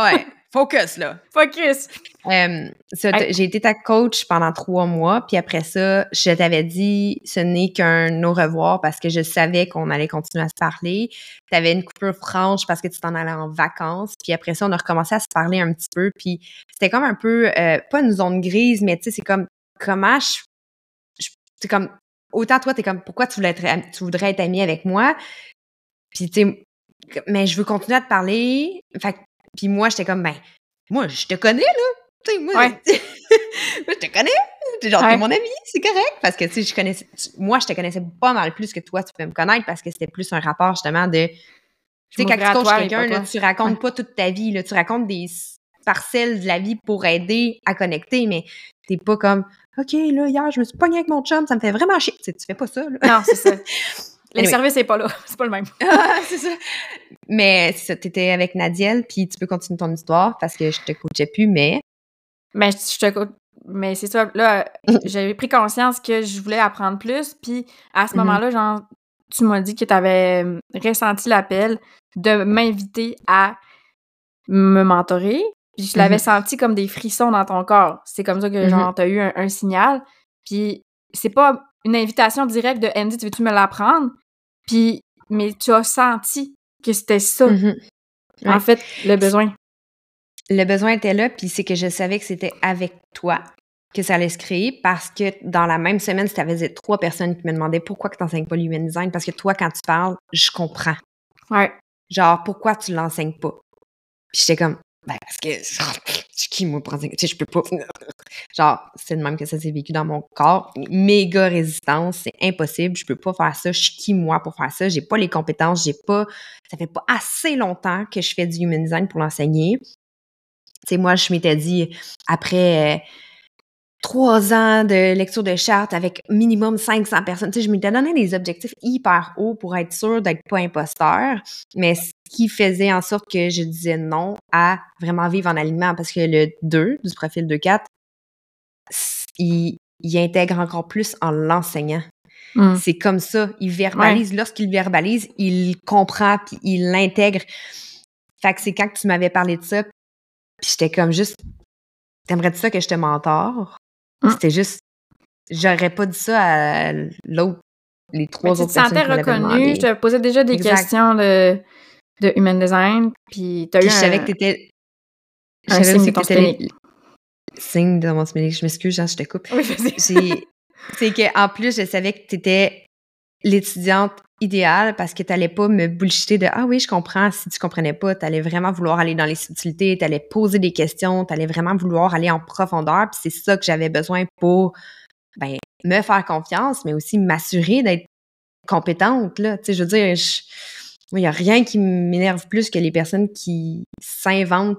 focus, là. Focus! Euh, ça, j'ai été ta coach pendant trois mois, puis après ça, je t'avais dit ce n'est qu'un au revoir parce que je savais qu'on allait continuer à se parler. Tu avais une coupure franche parce que tu t'en allais en vacances, puis après ça, on a recommencé à se parler un petit peu, puis c'était comme un peu, euh, pas une zone grise, mais tu sais, c'est comme, comment je... je c'est comme, autant toi, t'es comme, pourquoi tu voulais être, tu voudrais être amie avec moi? Puis tu sais, mais je veux continuer à te parler. Fait puis moi, j'étais comme, ben, moi, je te connais, là. Tu sais, moi, ouais. moi, je te connais. T'es genre, ouais. T'es mon ami, c'est correct. Parce que, tu sais, je connaissais, moi, je te connaissais pas mal plus que toi, tu pouvais me connaître parce que c'était plus un rapport, justement, de, tu sais, quand tu coaches quelqu'un, là, tu racontes ouais. pas toute ta vie, là. Tu racontes des parcelles de la vie pour aider à connecter, mais t'es pas comme, OK, là, hier, je me suis pognée avec mon chum, ça me fait vraiment chier. Tu sais, tu fais pas ça, là. Non, c'est ça. Le anyway. Service n'est pas là. C'est pas le même. Ah, c'est ça. Mais c'est ça, t'étais avec Nadiel, puis tu peux continuer ton histoire parce que je te coachais plus, mais... Mais je te coach... Mais c'est ça, là, j'avais pris conscience que je voulais apprendre plus, puis à ce mm-hmm. moment-là, genre, tu m'as dit que t'avais ressenti l'appel de m'inviter à me mentorer, puis je l'avais mm-hmm. senti comme des frissons dans ton corps. C'est comme ça que, genre, mm-hmm. t'as eu un, un signal, puis c'est pas... une invitation directe de Andy, tu veux-tu me l'apprendre? Puis, mais tu as senti que c'était ça, mm-hmm. en ouais. fait, le besoin. Le besoin était là, puis c'est que je savais que c'était avec toi que ça allait se créer parce que dans la même semaine, tu avais trois personnes qui me demandaient pourquoi tu n'enseignes pas l'human design, parce que toi, quand tu parles, je comprends. Ouais. Genre, pourquoi tu l'enseignes pas? Puis j'étais comme, ben, parce que, je suis qui, moi, pour enseigner? Tu sais, je peux pas. Genre, c'est de même que ça s'est vécu dans mon corps. Méga résistance, c'est impossible, je peux pas faire ça. Je suis qui, moi, pour faire ça? J'ai pas les compétences, j'ai pas. Ça fait pas assez longtemps que je fais du human design pour l'enseigner. Tu sais, moi, je m'étais dit, après euh, trois ans de lecture de charte avec minimum cinq cents personnes, tu sais, je m'étais donné des objectifs hyper hauts pour être sûre d'être pas imposteur, mais ce qui faisait en sorte que je disais non à vraiment vivre en alignement, parce que le deux du profil deux quatre, il, il intègre encore plus en l'enseignant. Mm. C'est comme ça, il verbalise. Ouais. Lorsqu'il verbalise, il comprend puis il l'intègre. Fait que c'est quand tu m'avais parlé de ça, puis j'étais comme juste, t'aimerais-tu ça que je te mentore? Mm. C'était juste, j'aurais pas dit ça à l'autre, les trois mais autres personnes. Tu te sentais reconnue, je te posais déjà des exact. questions de, de human design, puis t'as puis eu je un... savais que t'étais... Je savais aussi que t'étais... Les... Signe de mon spénique, je m'excuse, Jean, je te coupe. Oui, vas-y. J'ai... C'est qu'en plus, je savais que t'étais l'étudiante idéale parce que t'allais pas me bullshiter de « Ah oui, je comprends », si tu comprenais pas, t'allais vraiment vouloir aller dans les subtilités, t'allais poser des questions, t'allais vraiment vouloir aller en profondeur, puis c'est ça que j'avais besoin pour ben, me faire confiance, mais aussi m'assurer d'être compétente, là. Tu sais, je veux dire, je... il y a rien qui m'énerve plus que les personnes qui s'inventent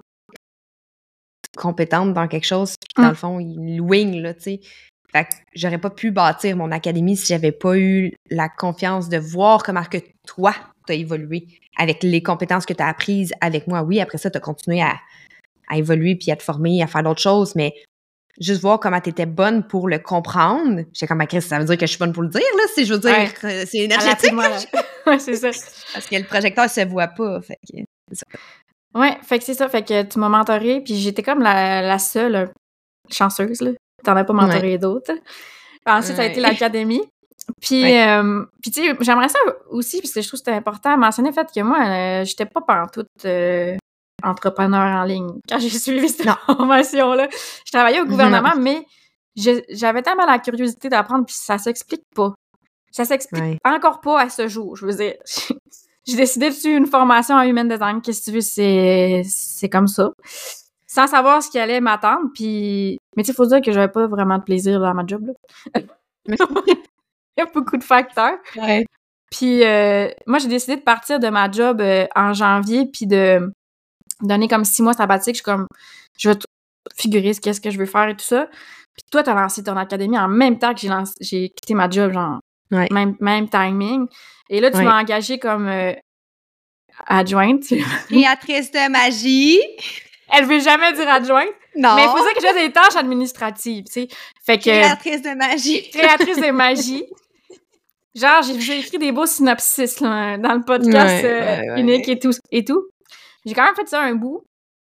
compétentes dans quelque chose, puis dans mm. le fond, ils wing, là, tu sais. Fait que j'aurais pas pu bâtir mon académie si j'avais pas eu la confiance de voir comment que toi, t'as évolué avec les compétences que t'as apprises avec moi. Oui, après ça, t'as continué à, à évoluer puis à te former, à faire d'autres choses, mais juste voir comment t'étais bonne pour le comprendre. J'étais comme, Chris, ça veut dire que je suis bonne pour le dire, là, si je veux dire, ouais. c'est énergétique. Ouais, c'est ça. Parce que le projecteur se voit pas, fait que c'est ça. Ouais, fait que c'est ça, fait que tu m'as mentorée, puis j'étais comme la, la seule chanceuse, là. T'en as pas mentoré ouais. d'autres. Ensuite, ouais. ça a été l'académie. Puis, ouais. euh, puis tu sais, j'aimerais ça aussi, parce que je trouve que c'était important à mentionner le fait que moi, euh, j'étais pas pantoute euh, entrepreneur en ligne. Quand j'ai suivi cette non. formation-là, je travaillais au gouvernement, non. mais je, j'avais tellement la curiosité d'apprendre, puis ça s'explique pas. Ça s'explique ouais. encore pas à ce jour. Je veux dire, j'ai décidé de suivre une formation en human design. Qu'est-ce que tu veux, c'est, c'est comme ça. Sans savoir ce qui allait m'attendre, puis... Mais tu sais, il faut dire que j'avais pas vraiment de plaisir dans ma job, là. Il y a beaucoup de facteurs. Ouais. Puis euh, moi, j'ai décidé de partir de ma job euh, en janvier, puis de donner comme six mois sabbatique. Je suis comme, je vais t- figurer ce qu'est-ce que je veux faire et tout ça. Puis toi, t'as lancé ton académie en même temps que j'ai, lancé, j'ai quitté ma job, genre, ouais. même, même timing. Et là, tu ouais. m'as engagée comme euh, adjointe. Créatrice de magie. Elle veut jamais dire adjointe. Non. Mais il faisait que j'ai des tâches administratives, tu sais. Fait que... Créatrice de magie. Créatrice de magie. Genre, j'ai, j'ai écrit des beaux synopsis, là, dans le podcast ouais, euh, ouais, ouais. unique et tout, et tout. J'ai quand même fait ça un bout.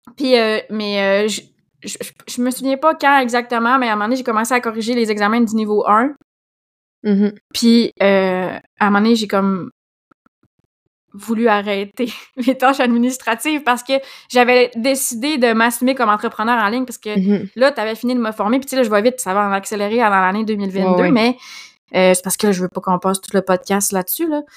Puis, euh, mais euh, je, je, je me souviens pas quand exactement, mais à un moment donné, j'ai commencé à corriger les examens du niveau un. Mm-hmm. Puis, euh, à un moment donné, j'ai comme voulu arrêter les tâches administratives parce que j'avais décidé de m'assumer comme entrepreneur en ligne parce que mm-hmm. là, t'avais fini de me former. Puis, tu sais, là, je vais vite, ça va en accélérer dans l'année deux mille vingt-deux, oh, oui. mais euh, c'est parce que là, je veux pas qu'on passe tout le podcast là-dessus, là.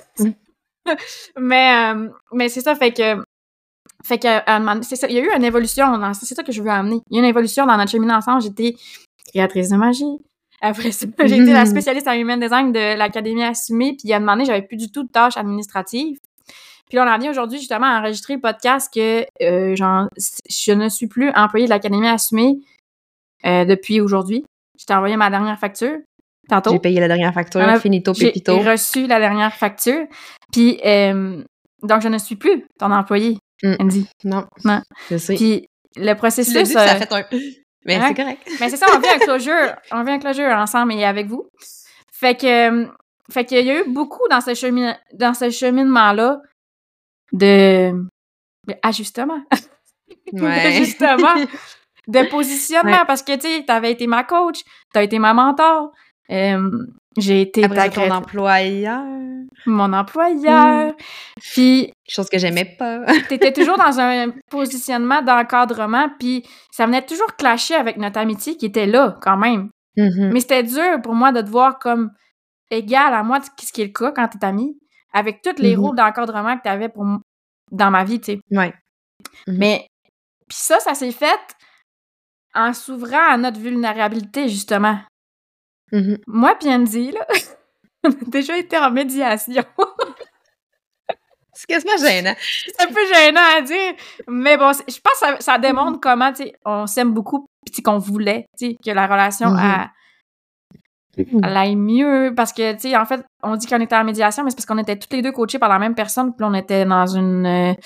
mais, euh, mais c'est ça, fait que Fait que, euh, c'est ça, il y a eu une évolution, dans, c'est ça que je veux amener. Il y a une évolution dans notre cheminement ensemble. J'étais créatrice de magie. Après ça, j'ai été la spécialiste en human design de l'Académie Assumée, puis il y a demandé, j'avais plus du tout de tâches administratives. Puis là, on en vient aujourd'hui justement à enregistrer le podcast que euh, genre, je ne suis plus employée de l'Académie Assumée euh, depuis aujourd'hui. Je t'ai envoyé ma dernière facture tantôt. J'ai payé la dernière facture, a, finito, pépito. J'ai reçu la dernière facture. Puis, euh, donc, je ne suis plus ton employée. Mm. Andy. Non. Non. Je sais. Puis le processus. Tu l'as dit, euh, ça a fait un. Mais hein? c'est correct. Mais c'est ça, on vient un closure. On vient un closure ensemble et avec vous. Fait que. Fait qu'il y a eu beaucoup dans ce, chemin, dans ce cheminement-là de. de ajustement. Ouais. D'ajustement. De positionnement. Ouais. Parce que, tu sais, t'avais été ma coach, t'as été ma mentor. Euh, j'ai été Après, ta ton employeur. Mon employeur. Mmh. Puis. Chose que j'aimais pas. T'étais toujours dans un positionnement d'encadrement, puis ça venait toujours clasher avec notre amitié qui était là, quand même. Mm-hmm. Mais c'était dur pour moi de te voir comme égal à moi, ce qui est le cas quand t'es amie, avec tous les mm-hmm. rôles d'encadrement que t'avais pour m- dans ma vie, tu sais. Ouais. Mm-hmm. Mais. Puis ça, ça s'est fait en s'ouvrant à notre vulnérabilité, justement. Mm-hmm. Moi pis Andy, là, on a déjà été en médiation. C'est quasiment gênant. C'est un peu gênant à dire, mais bon, je pense que ça, ça démontre comment, tu sais, on s'aime beaucoup, puis qu'on voulait, tu sais, que la relation mm-hmm. elle aille mieux, parce que, tu sais, en fait, on dit qu'on était en médiation, mais c'est parce qu'on était toutes les deux coachées par la même personne, puis on était dans une euh,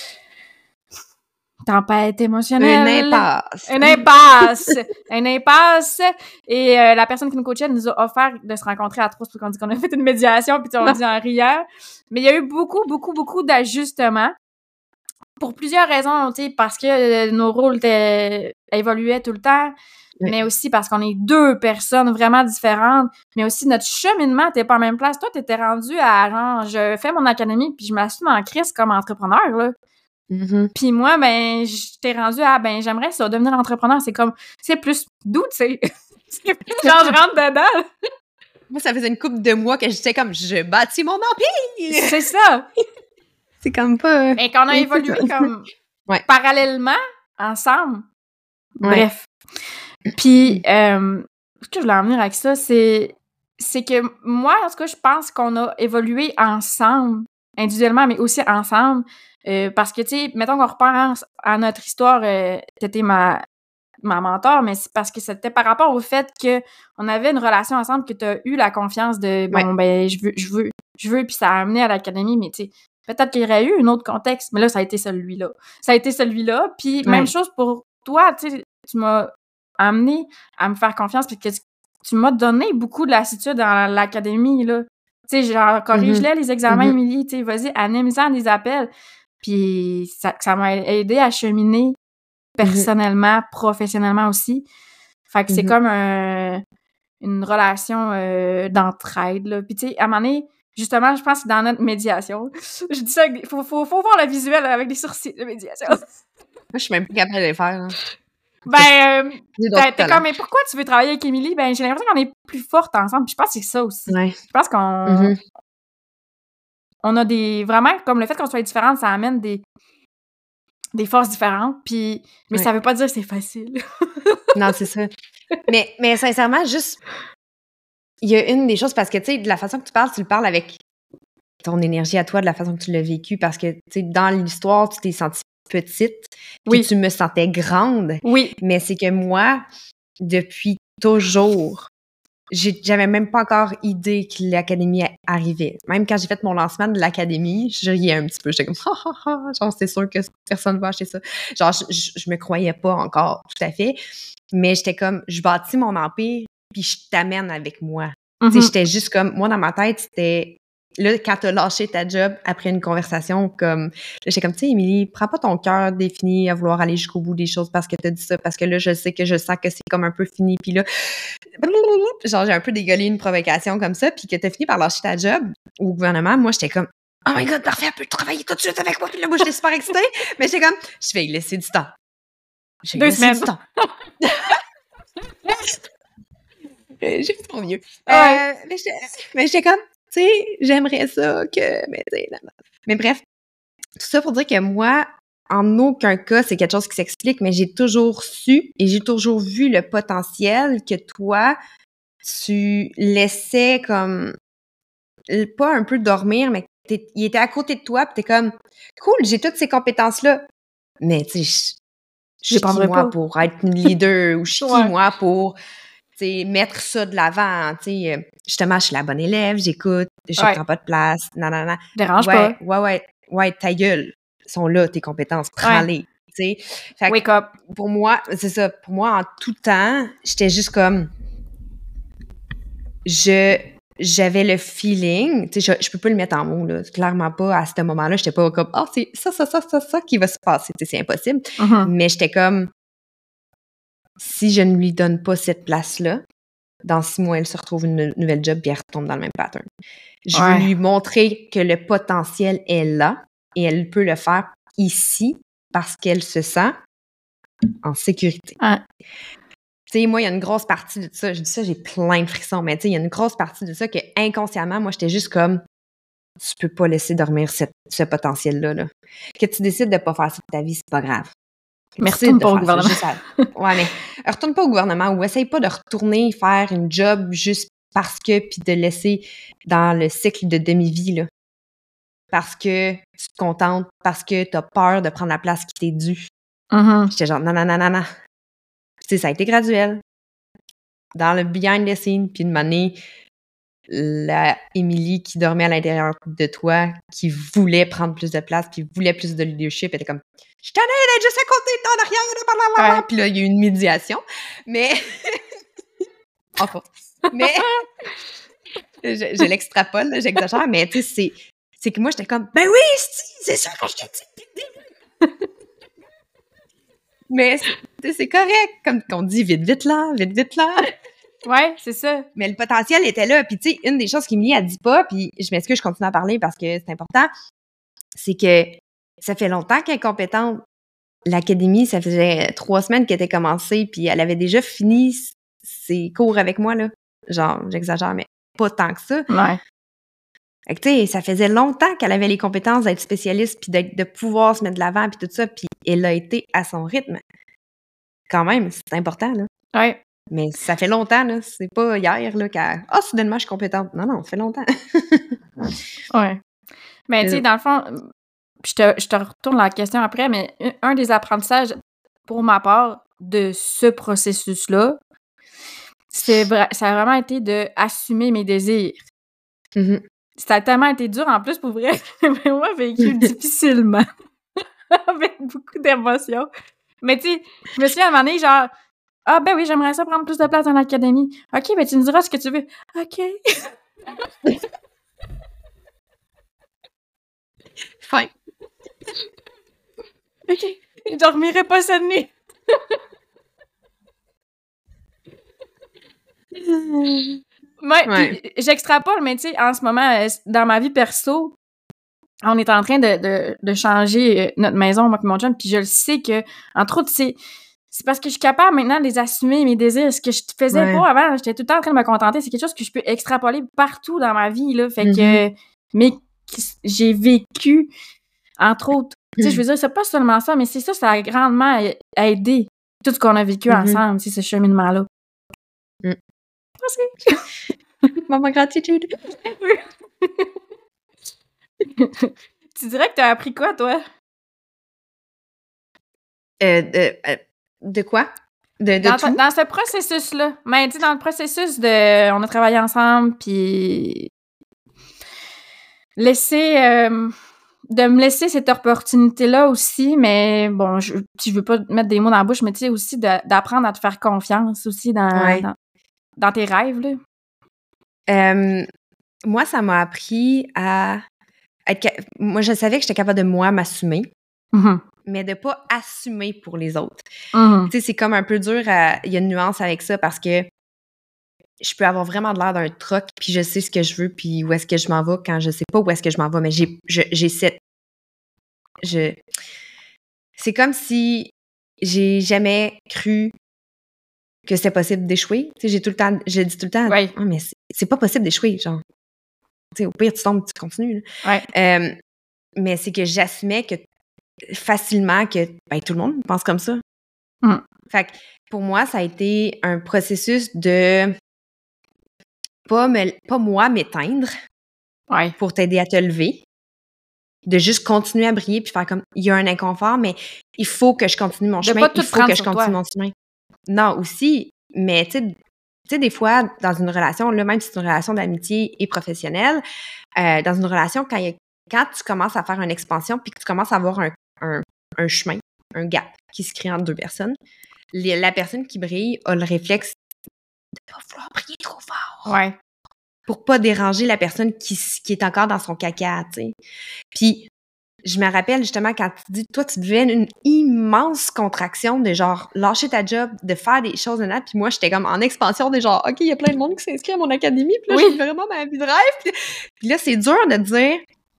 tempête émotionnelle. Une impasse. Une impasse. Une impasse. Et euh, la personne qui nous coachait nous a offert de se rencontrer à trois parce qu'on dit qu'on a fait une médiation, puis on dit en riant. Mais il y a eu beaucoup, beaucoup, beaucoup d'ajustements. Pour plusieurs raisons, tu sais, parce que euh, nos rôles évoluaient tout le temps, oui. mais aussi parce qu'on est deux personnes vraiment différentes, mais aussi notre cheminement n'était pas en même place. Toi, t'étais rendu à, genre, je fais mon académie, puis je m'assume en crise comme entrepreneur, là. Mm-hmm. Puis moi, ben, j'étais rendue à, ben, j'aimerais ça, devenir entrepreneur, c'est comme, c'est plus doux, tu sais. C'est plus genre, je rentre dedans. Moi, ça faisait une couple de mois que j'étais comme, je bâtis mon empire! C'est ça! C'est comme pas... Mais qu'on a évolué comme ouais. parallèlement, ensemble. Ouais. Bref. Puis, euh, ce que je voulais en venir avec ça, c'est, c'est que moi, en tout cas, je pense qu'on a évolué ensemble, individuellement, mais aussi ensemble. Euh, parce que, tu sais, mettons qu'on repense à notre histoire, euh, t'étais ma, ma mentor, mais c'est parce que c'était par rapport au fait qu'on avait une relation ensemble, que t'as eu la confiance de, bon, ouais. ben, je veux, je veux, je veux, puis ça a amené à l'académie, mais tu sais, peut-être qu'il y aurait eu un autre contexte, mais là, ça a été celui-là. Ça a été celui-là, puis ouais. même chose pour toi, tu sais, tu m'as amené à me faire confiance, puis que tu m'as donné beaucoup de lassitude dans l'académie, là. Tu sais, genre, corrige-les mm-hmm. les examens, mm-hmm. Émilie, tu sais, vas-y, anime-en des appels. Puis ça, ça m'a aidé à cheminer personnellement, mm-hmm. professionnellement aussi. Fait que mm-hmm. c'est comme un, une relation euh, d'entraide, là. Puis tu sais, à un moment donné, justement, je pense que dans notre médiation, je dis ça, il faut, faut, faut voir le visuel avec des sourcils de médiation. Moi, je suis même plus capable de les faire. Hein. Ben, euh, t'es comme, mais pourquoi tu veux travailler avec Émilie? Ben, j'ai l'impression qu'on est plus fortes ensemble. Puis je pense que c'est ça aussi. Ouais. Je pense qu'on... Mm-hmm. On a des... Vraiment, comme le fait qu'on soit différentes, ça amène des... des forces différentes. Puis... Mais ouais. ça veut pas dire que c'est facile. Non, c'est ça. Mais, mais sincèrement, juste... Il y a une des choses, parce que, tu sais, de la façon que tu parles, tu le parles avec ton énergie à toi, de la façon que tu l'as vécu, parce que, tu sais, dans l'histoire, tu t'es sentie petite, puis oui. tu me sentais grande. Oui. Mais c'est que moi, depuis toujours, j'ai, j'avais même pas encore idée que l'académie arrivait. Même quand j'ai fait mon lancement de l'académie, je riais un petit peu. J'étais comme, ha, ha, ha, genre, c'est sûr que personne va acheter ça. Genre, je, je, je me croyais pas encore, tout à fait. Mais j'étais comme, je bâtis mon empire, puis je t'amène avec moi. Mm-hmm. Tu sais, j'étais juste comme, moi, dans ma tête, c'était là, quand t'as lâché ta job après une conversation, comme, là, j'étais comme, tu sais, Émilie, prends pas ton cœur défini à vouloir aller jusqu'au bout des choses parce que t'as dit ça, parce que là, je sais que je sens que c'est comme un peu fini, puis là, genre, j'ai un peu dégueulé une provocation comme ça, puis que t'as fini par lâcher ta job au gouvernement. Moi, j'étais comme, oh my God, parfait, elle peut travailler tout de suite avec moi, puis là, moi, j'étais super excitée, mais j'étais comme, je vais y laisser du temps. Je vais y Deux laisser semaines. du temps. J'ai fait mon mieux. Ouais. Euh, mais j'étais mais j'étais comme, tu sais, j'aimerais ça que... Mais, tu sais, non, non. Mais bref, tout ça pour dire que moi, en aucun cas, c'est quelque chose qui s'explique, mais j'ai toujours su et j'ai toujours vu le potentiel que toi, tu laissais comme... Pas un peu dormir, mais t'es- il était à côté de toi, puis t'es comme, cool, j'ai toutes ces compétences-là. Mais, tu sais, je je Je les suis qui, prendrais moi, pas. pour être une leader, ou je suis qui, Ouais. moi, pour... T'sais, mettre ça de l'avant, tu sais, euh, justement, je suis la bonne élève, j'écoute, je Ouais. prends pas de place, non, non, non. Dérange Ouais, pas. ouais, ouais, ouais, ta gueule, sont là, tes compétences, prends-les, tu sais. Fait que Wake up. pour moi, c'est ça, pour moi, en tout temps, j'étais juste comme, je, j'avais le feeling, tu sais, je, je peux pas le mettre en mots, là, clairement pas, à ce moment-là, j'étais pas comme, oh, c'est ça, ça, ça, ça, ça qui va se passer, tu sais, c'est impossible. Mhm. Mais j'étais comme, si je ne lui donne pas cette place-là, dans six mois, elle se retrouve une nouvelle job et elle retombe dans le même pattern. Je Ouais. veux lui montrer que le potentiel est là et elle peut le faire ici parce qu'elle se sent en sécurité. Ouais. Tu sais, moi, il y a une grosse partie de ça, je dis ça, j'ai plein de frissons, mais tu sais, il y a une grosse partie de ça que inconsciemment, moi, j'étais juste comme, tu peux pas laisser dormir cette, ce potentiel-là. Là. Que tu décides de pas faire ça de ta vie, c'est pas grave. Que Mais tu décides retourne de pas au faire ça gouvernement. juste à- Ouais, mais retourne pas au gouvernement ou essaye pas de retourner faire une job juste parce que, puis de laisser dans le cycle de demi-vie, là. Parce que tu te contentes, parce que t'as peur de prendre la place qui t'est due. Mhm. J'étais genre, non, non, non, non, non. Tu sais, ça a été graduel. Dans le behind the scenes, puis une année, la Émilie qui dormait à l'intérieur de toi, qui voulait prendre plus de place, puis voulait plus de leadership, elle était comme, je t'en ai d'être juste à côté de ton arrière, blablabla. Ouais. Puis là, il y a eu une médiation. Mais, enfin, mais, je, je l'extrapole, là, j'exagère, mais tu sais, c'est, c'est que moi, j'étais comme, ben oui, c'est, c'est ça que je te dis depuis le début. Mais c'est, c'est correct, comme qu'on dit, vite, vite là, vite, vite là. Ouais, c'est ça. Mais le potentiel était là. Puis, tu sais, une des choses qu'Émilie a dit pas, puis je m'excuse, je continue à parler parce que c'est important, c'est que ça fait longtemps qu'elle est compétente. L'académie, ça faisait trois semaines qu'elle était commencée, puis elle avait déjà fini ses cours avec moi, là. Genre, j'exagère, mais pas tant que ça. Ouais. Fait que, tu sais, ça faisait longtemps qu'elle avait les compétences d'être spécialiste, puis d'être, de pouvoir se mettre de l'avant, puis tout ça, puis elle a été à son rythme. Quand même, c'est important, là. Ouais. Mais ça fait longtemps, là. C'est pas hier, là, qu'elle... Ah, oh, soudainement, je suis compétente. Non, non, ça fait longtemps. Ouais. Mais, tu sais, dans le fond, je te, je te retourne la question après, mais un, un des apprentissages, pour ma part, de ce processus-là, c'est vra- ça a vraiment été d'assumer mes désirs. Mm-hmm. Ça a tellement été dur, en plus, pour vrai, j'ai vraiment vécu difficilement, avec beaucoup d'émotions. Mais, tu sais, je me souviens à un moment donné, genre, ah, ben oui, j'aimerais ça prendre plus de place dans l'académie. OK, ben tu me diras ce que tu veux. OK. Fine. OK. Je dormirai pas cette nuit. Ouais, Ouais. puis j'extrapole, mais tu sais, en ce moment, euh, dans ma vie perso, on est en train de, de, de changer euh, notre maison, moi et mon chum, puis je le sais que, entre autres, c'est, c'est parce que je suis capable maintenant de les assumer, mes désirs. Ce que je faisais Ouais. pas avant, j'étais tout le temps en train de me contenter. C'est quelque chose que je peux extrapoler partout dans ma vie, là. Fait Mm-hmm. que, mais que j'ai vécu, entre autres, tu sais, je veux dire, c'est pas seulement ça, mais c'est ça, ça a grandement aidé tout ce qu'on a vécu Mm-hmm. ensemble, tu sais, ce cheminement-là. Mm. Merci. Maman gratitude. Tu dirais que t'as appris quoi, toi? Euh, de, euh, de quoi? De, de Dans, tout? dans ce processus-là. Mais tu sais, dans le processus de... On a travaillé ensemble, puis... Laisser... Euh, de me laisser cette opportunité-là aussi, mais bon, je, je veux pas mettre des mots dans la bouche, mais tu sais, aussi de, d'apprendre à te faire confiance aussi dans, Ouais. dans, dans tes rêves, là. Euh, moi, ça m'a appris à être... Ca- moi, je savais que j'étais capable de, moi, m'assumer, Mm-hmm. mais de pas assumer pour les autres. Mm-hmm. Tu sais, c'est comme un peu dur, à... il y a une nuance avec ça, parce que je peux avoir vraiment de l'air d'un troc, puis je sais ce que je veux, puis où est-ce que je m'en vais quand je sais pas où est-ce que je m'en vais, mais j'ai, je, j'ai cette... Je... C'est comme si j'ai jamais cru que c'était possible d'échouer. Tu sais, j'ai tout le temps... Je dis tout le temps, Ouais. ah, mais c'est, c'est pas possible d'échouer, genre. Tu sais, au pire, tu tombes, tu continues. Là. Ouais. Euh, mais c'est que j'assumais que facilement que ben, tout le monde pense comme ça. Mm. Fait que pour moi, ça a été un processus de pas, me, pas moi m'éteindre Ouais. pour t'aider à te lever, de juste continuer à briller puis faire comme il y a un inconfort, mais il faut que je continue mon De chemin, pas tout il faut prendre que je sur continue toi. mon chemin. Non, aussi, mais tu sais, tu sais, des fois, dans une relation, là, même si c'est une relation d'amitié et professionnelle, euh, dans une relation, quand, il y a, quand tu commences à faire une expansion puis que tu commences à avoir un, un, un chemin, un gap qui se crée entre deux personnes, les, la personne qui brille a le réflexe de pas vouloir briller trop fort. Ouais. Pour pas déranger la personne qui, qui est encore dans son caca, tu sais. Puis, je me rappelle justement quand tu dis, toi, tu devais une immense contraction de genre lâcher ta job, de faire des choses de là. Puis moi, j'étais comme en expansion de genre, OK, il y a plein de monde qui s'inscrit à mon académie. Puis là, Oui. j'ai vraiment ma vie de rêve. Puis, puis là, c'est dur de dire,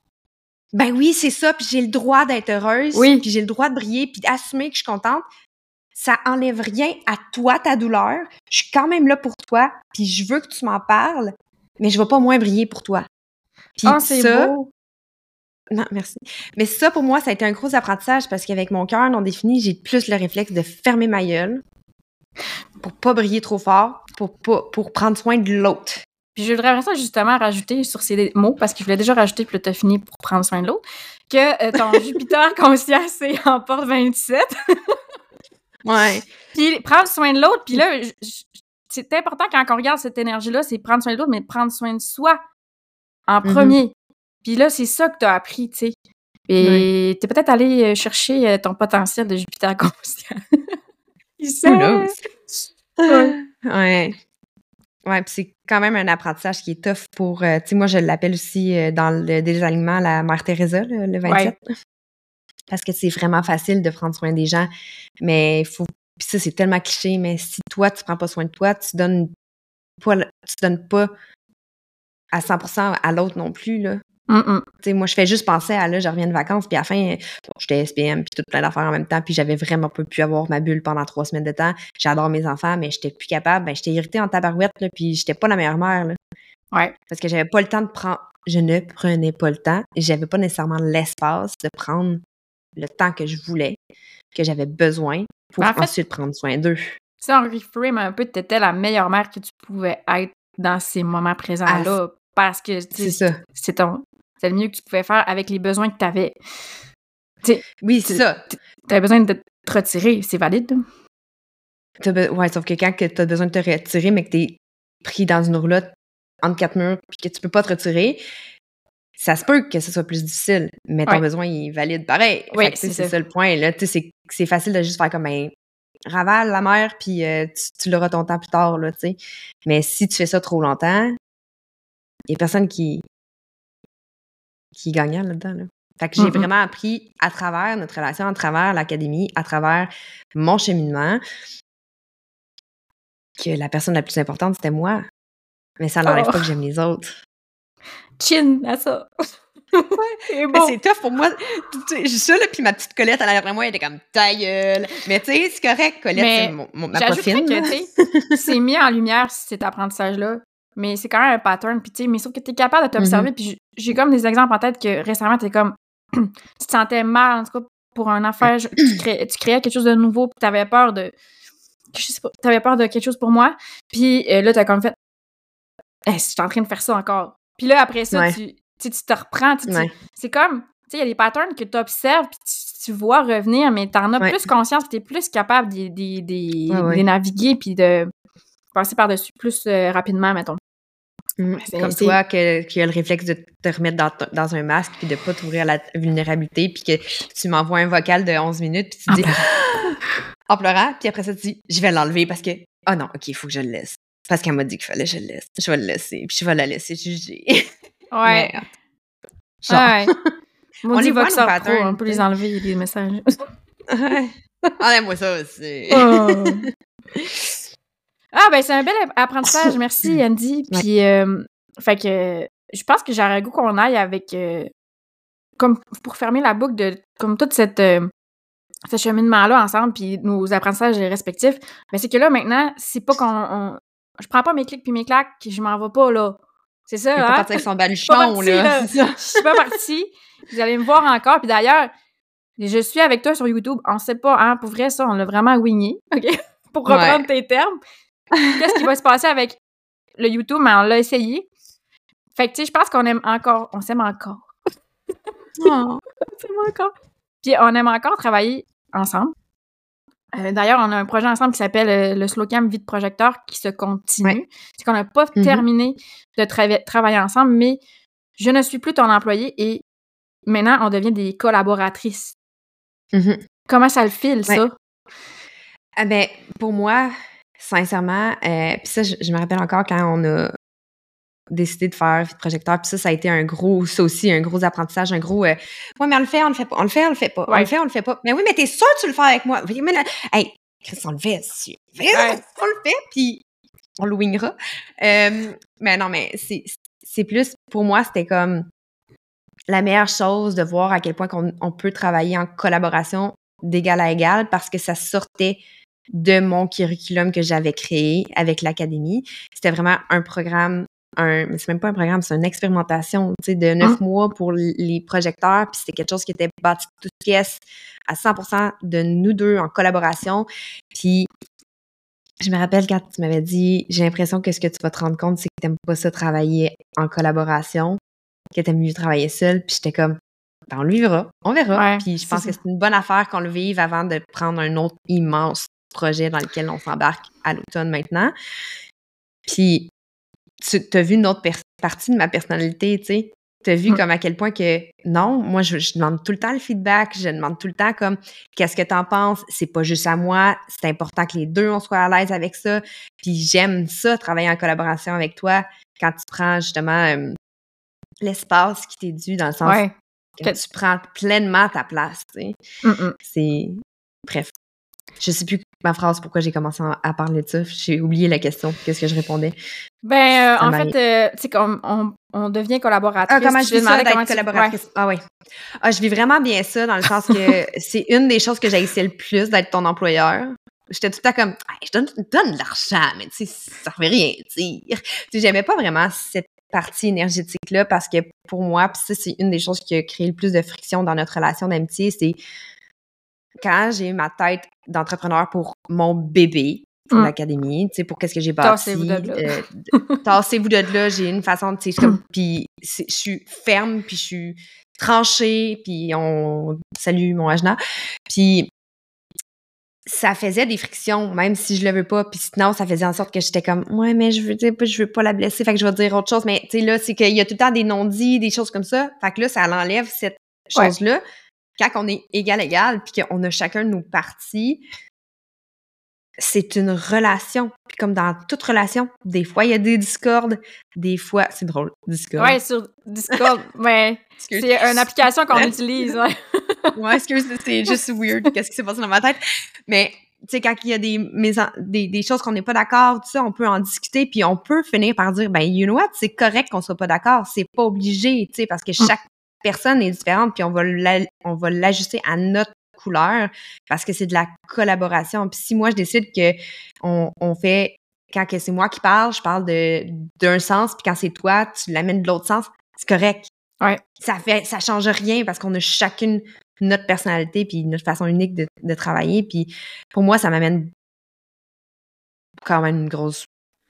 ben oui, c'est ça. Puis j'ai le droit d'être heureuse. Oui. Puis j'ai le droit de briller. Puis d'assumer que je suis contente. Ça enlève rien à toi, ta douleur. Je suis quand même là pour toi. Puis je veux que tu m'en parles. Mais je vais pas moins briller pour toi. Puis Ah, c'est ça, beau. non, merci. Mais ça, pour moi, ça a été un gros apprentissage parce qu'avec mon cœur non défini, j'ai plus le réflexe de fermer ma gueule pour pas briller trop fort, pour, pour, pour prendre soin de l'autre. Puis je voudrais ça justement rajouter sur ces mots, parce que je voulais déjà rajouter, puis là, t'as fini pour prendre soin de l'autre, que euh, ton Jupiter conscient, c'est en porte vingt-sept. Ouais. Puis prendre soin de l'autre, puis là, je, je, c'est important quand on regarde cette énergie-là, c'est prendre soin de l'autre, mais prendre soin de soi en Mm-hmm. premier. Puis là, c'est ça que t'as appris, tu sais. Et oui. T'es peut-être allé chercher ton potentiel de Jupiter conscient. Il sait. Who knows? Ouais. Ouais. Ouais, puis c'est quand même un apprentissage qui est tough pour... Euh, tu sais, moi, je l'appelle aussi euh, dans le désalignement la Mère Teresa, le, le vingt-sept. Ouais. Parce que c'est vraiment facile de prendre soin des gens, mais il faut... Puis ça, c'est tellement cliché, mais si toi, tu prends pas soin de toi, tu donnes pas, tu donnes pas à cent pour cent à l'autre non plus, là. Mm-mm. Tu sais, moi, je fais juste penser à, là, je reviens de vacances, puis à la fin, bon, j'étais S P M, puis tout plein d'affaires en même temps, puis j'avais vraiment pas pu avoir ma bulle pendant trois semaines de temps. J'adore mes enfants, mais j'étais plus capable. Ben, j'étais irritée en tabarouette, là, puis j'étais pas la meilleure mère, là. Ouais. Parce que j'avais pas le temps de prendre... Je ne prenais pas le temps, et j'avais pas nécessairement l'espace de prendre le temps que je voulais, que j'avais besoin pour en fait, ensuite prendre soin d'eux. Si on reframe un peu, t'étais la meilleure mère que tu pouvais être dans ces moments présents-là, ah, parce que c'est ça. C'est ton... C'est le mieux que tu pouvais faire avec les besoins que tu avais. T'sais, oui, c'est ça. Tu avais besoin de te retirer, c'est valide. Be- ouais, sauf que quand tu as besoin de te retirer, mais que tu es pris dans une roulotte entre quatre murs et que tu peux pas te retirer, ça se peut que ce soit plus difficile, mais ton ouais. besoin il est valide pareil. Oui, fait que, c'est ça. ça le point. Là, c'est, c'est facile de juste faire comme un ravale la mer, puis euh, tu, tu l'auras ton temps plus tard. Là, t'sais. Mais si tu fais ça trop longtemps, il y a personne qui. qui est gagnant là-dedans. Là. Fait que j'ai mm-hmm. vraiment appris à travers notre relation, à travers l'académie, à travers mon cheminement, que la personne la plus importante, c'était moi. Mais ça n'enlève oh. pas que j'aime les autres. Chin à ça! c'est bon. C'est tough pour moi. J'ai ça, là, puis ma petite Colette, elle arrive après moi, elle était comme ta gueule. Mais tu sais, c'est correct, Colette, mais c'est mon, mon, ma profine. Que, tu sais, c'est mis en lumière cet apprentissage-là. Mais c'est quand même un pattern, puis tu sais, mais sauf que t'es capable de t'observer, mm-hmm. puis j'ai comme des exemples en tête que récemment, t'es comme, tu te sentais mal, en tout cas, pour un affaire, tu, cré... tu créais quelque chose de nouveau, puis t'avais peur de, je sais pas, t'avais peur de quelque chose pour moi, puis euh, là, t'as comme fait, hey, je suis en train de faire ça encore. Puis là, après ça, ouais. tu, tu te reprends, tu, ouais. tu, c'est comme, tu sais, il y a des patterns que t'observes, puis tu, tu vois revenir, mais t'en as ouais. plus conscience, puis t'es plus capable de les ouais, naviguer, puis de passer par-dessus plus euh, rapidement, mettons. Mmh, c'est comme c'est... toi que, qui a le réflexe de te remettre dans, t- dans un masque puis de pas t'ouvrir à la vulnérabilité puis que tu m'envoies un vocal de onze minutes puis tu en dis pleurant. en pleurant puis après ça tu dis je vais l'enlever parce que ah oh non ok il faut que je le laisse parce qu'elle m'a dit qu'il fallait que je le laisse. Je vais le laisser, puis je vais la laisser juger. Ouais. Mais, genre, Ouais. on les voit, nos Voxer Pro, patterns, on peut tu les sais. enlever, les messages. Ouais. Enlève-moi ça aussi. Oh. Ah, ben, c'est un bel apprentissage. Merci, Andy. Ouais. Puis, euh, fait que je pense que j'aurais le goût qu'on aille avec, euh, comme pour fermer la boucle de, comme toute cette, euh, ce cheminement-là ensemble, puis nos apprentissages respectifs. Ben, c'est que là, maintenant, c'est pas qu'on, on- je prends pas mes clics puis mes claques, je m'en vais pas, là. C'est ça, Elle est hein? pas partie avec son pas baluchon, partie, là. là. C'est ça. Je suis pas partie. Vous allez me voir encore. Puis d'ailleurs, je suis avec toi sur YouTube. On sait pas, hein, pour vrai, ça, on l'a vraiment wingé, OK? Pour reprendre tes termes. Qu'est-ce qui va se passer avec le YouTube? Mais on l'a essayé. Fait que, tu sais, je pense qu'on aime encore... On s'aime encore. Oh. On s'aime encore. Puis on aime encore travailler ensemble. Euh, D'ailleurs, on a un projet ensemble qui s'appelle euh, le Slowcam Vie de projecteur qui se continue. Ouais. C'est qu'on n'a pas Mm-hmm. terminé de trava- travailler ensemble, mais je ne suis plus ton employé et maintenant, on devient des collaboratrices. Mm-hmm. Comment ça le file, ça? Ouais. Ah ben, pour moi, sincèrement, euh, puis ça, je, je me rappelle encore quand on a décidé de faire Vie de projecteur, puis ça, ça a été un gros, ça aussi, un gros apprentissage, un gros, euh, ouais, mais on le fait, on le fait pas, on le fait, on le fait pas, on Ouais. le fait, on le fait pas. Mais oui, mais t'es sûr que tu le fais avec moi? Oui, mais là, hey, Chris, on le fait, si, Ouais. on le fait, puis on le wingera. Euh, mais non, mais c'est, c'est plus, pour moi, c'était comme la meilleure chose de voir à quel point qu'on, on peut travailler en collaboration d'égal à égal parce que ça sortait de mon curriculum que j'avais créé avec l'académie. C'était vraiment un programme, un, mais c'est même pas un programme, c'est une expérimentation, tu sais, de neuf Hum. mois pour les projecteurs, puis c'était quelque chose qui était bâti de toutes pièces à cent pour cent de nous deux en collaboration. Puis je me rappelle quand tu m'avais dit, j'ai l'impression que ce que tu vas te rendre compte, c'est que t'aimes pas ça travailler en collaboration, que t'aimes mieux travailler seul, puis j'étais comme, ben on le vivra, on verra. Ouais, Puis je c'est pense ça. que c'est une bonne affaire qu'on le vive avant de prendre un autre immense projet dans lequel on s'embarque à l'automne maintenant. Puis tu as vu une autre pers- partie de ma personnalité, tu sais. Tu as vu Mm. comme à quel point que non, moi je, je demande tout le temps le feedback, je demande tout le temps comme qu'est-ce que t'en penses, c'est pas juste à moi, c'est important que les deux on soit à l'aise avec ça. Puis j'aime ça, travailler en collaboration avec toi quand tu prends justement euh, l'espace qui t'est dû dans le sens Ouais. que Que- tu prends pleinement ta place, tu sais. Mm-mm. C'est... Bref. Je sais plus ma phrase, pourquoi j'ai commencé à, à parler de ça. J'ai oublié la question. Qu'est-ce que je répondais? Ben, euh, Ça en m'arrive. fait, euh, tu sais, comme on, on devient collaboratrice. Ah, comment tu je lui vis ça demandais d'être comment tu- collaboratrice? Ah oui. Ah, je vis vraiment bien ça dans le sens que c'est une des choses que j'haïssais le plus d'être ton employeur. J'étais tout le temps comme, hey, je donne, donne de l'argent, mais tu sais, ça ne veut rien dire. Tu sais, j'aimais pas vraiment cette partie énergétique-là parce que pour moi, puis ça, c'est une des choses qui a créé le plus de friction dans notre relation d'amitié, c'est quand j'ai eu ma tête d'entrepreneur pour mon bébé, pour Mm. l'académie, tu sais, pour qu'est-ce que j'ai bâti. Tassez-vous de là. euh, d- tassez-vous de là, j'ai une façon, tu sais, comme, puis c'est- je suis ferme, puis je suis tranchée, puis on salue mon Ajna, puis ça faisait des frictions, même si je le veux pas, puis sinon, ça faisait en sorte que j'étais comme, ouais, mais je veux dire, je veux pas la blesser, fait que je vais dire autre chose, mais tu sais, là, c'est qu'il y a tout le temps des non-dits, des choses comme ça, fait que là, ça l'enlève cette Ouais. chose-là, quand on est égal-égal, puis qu'on a chacun de nos parties, c'est une relation. Puis comme dans toute relation, des fois, il y a des discordes, des fois... C'est drôle, Discord. Ouais, sur Discord. Mais Excuse. c'est une application qu'on utilise. Ouais. Ouais, excuse, c'est juste weird, qu'est-ce qui s'est passé dans ma tête. Mais, tu sais, quand il y a des, mésan- des, des choses qu'on n'est pas d'accord, tout ça, on peut en discuter, puis on peut finir par dire, ben, you know what, c'est correct qu'on soit pas d'accord, c'est pas obligé, tu sais, parce que chaque personne est différente, puis on va la- on va l'ajuster à notre couleur, parce que c'est de la collaboration. Puis si moi, je décide que on, on fait, quand que c'est moi qui parle, je parle de d'un sens, puis quand c'est toi, tu l'amènes de l'autre sens, c'est correct. Ouais. Ça fait, ça change rien parce qu'on a chacune notre personnalité puis notre façon unique de, de travailler. Puis pour moi, ça m'amène quand même une grosse,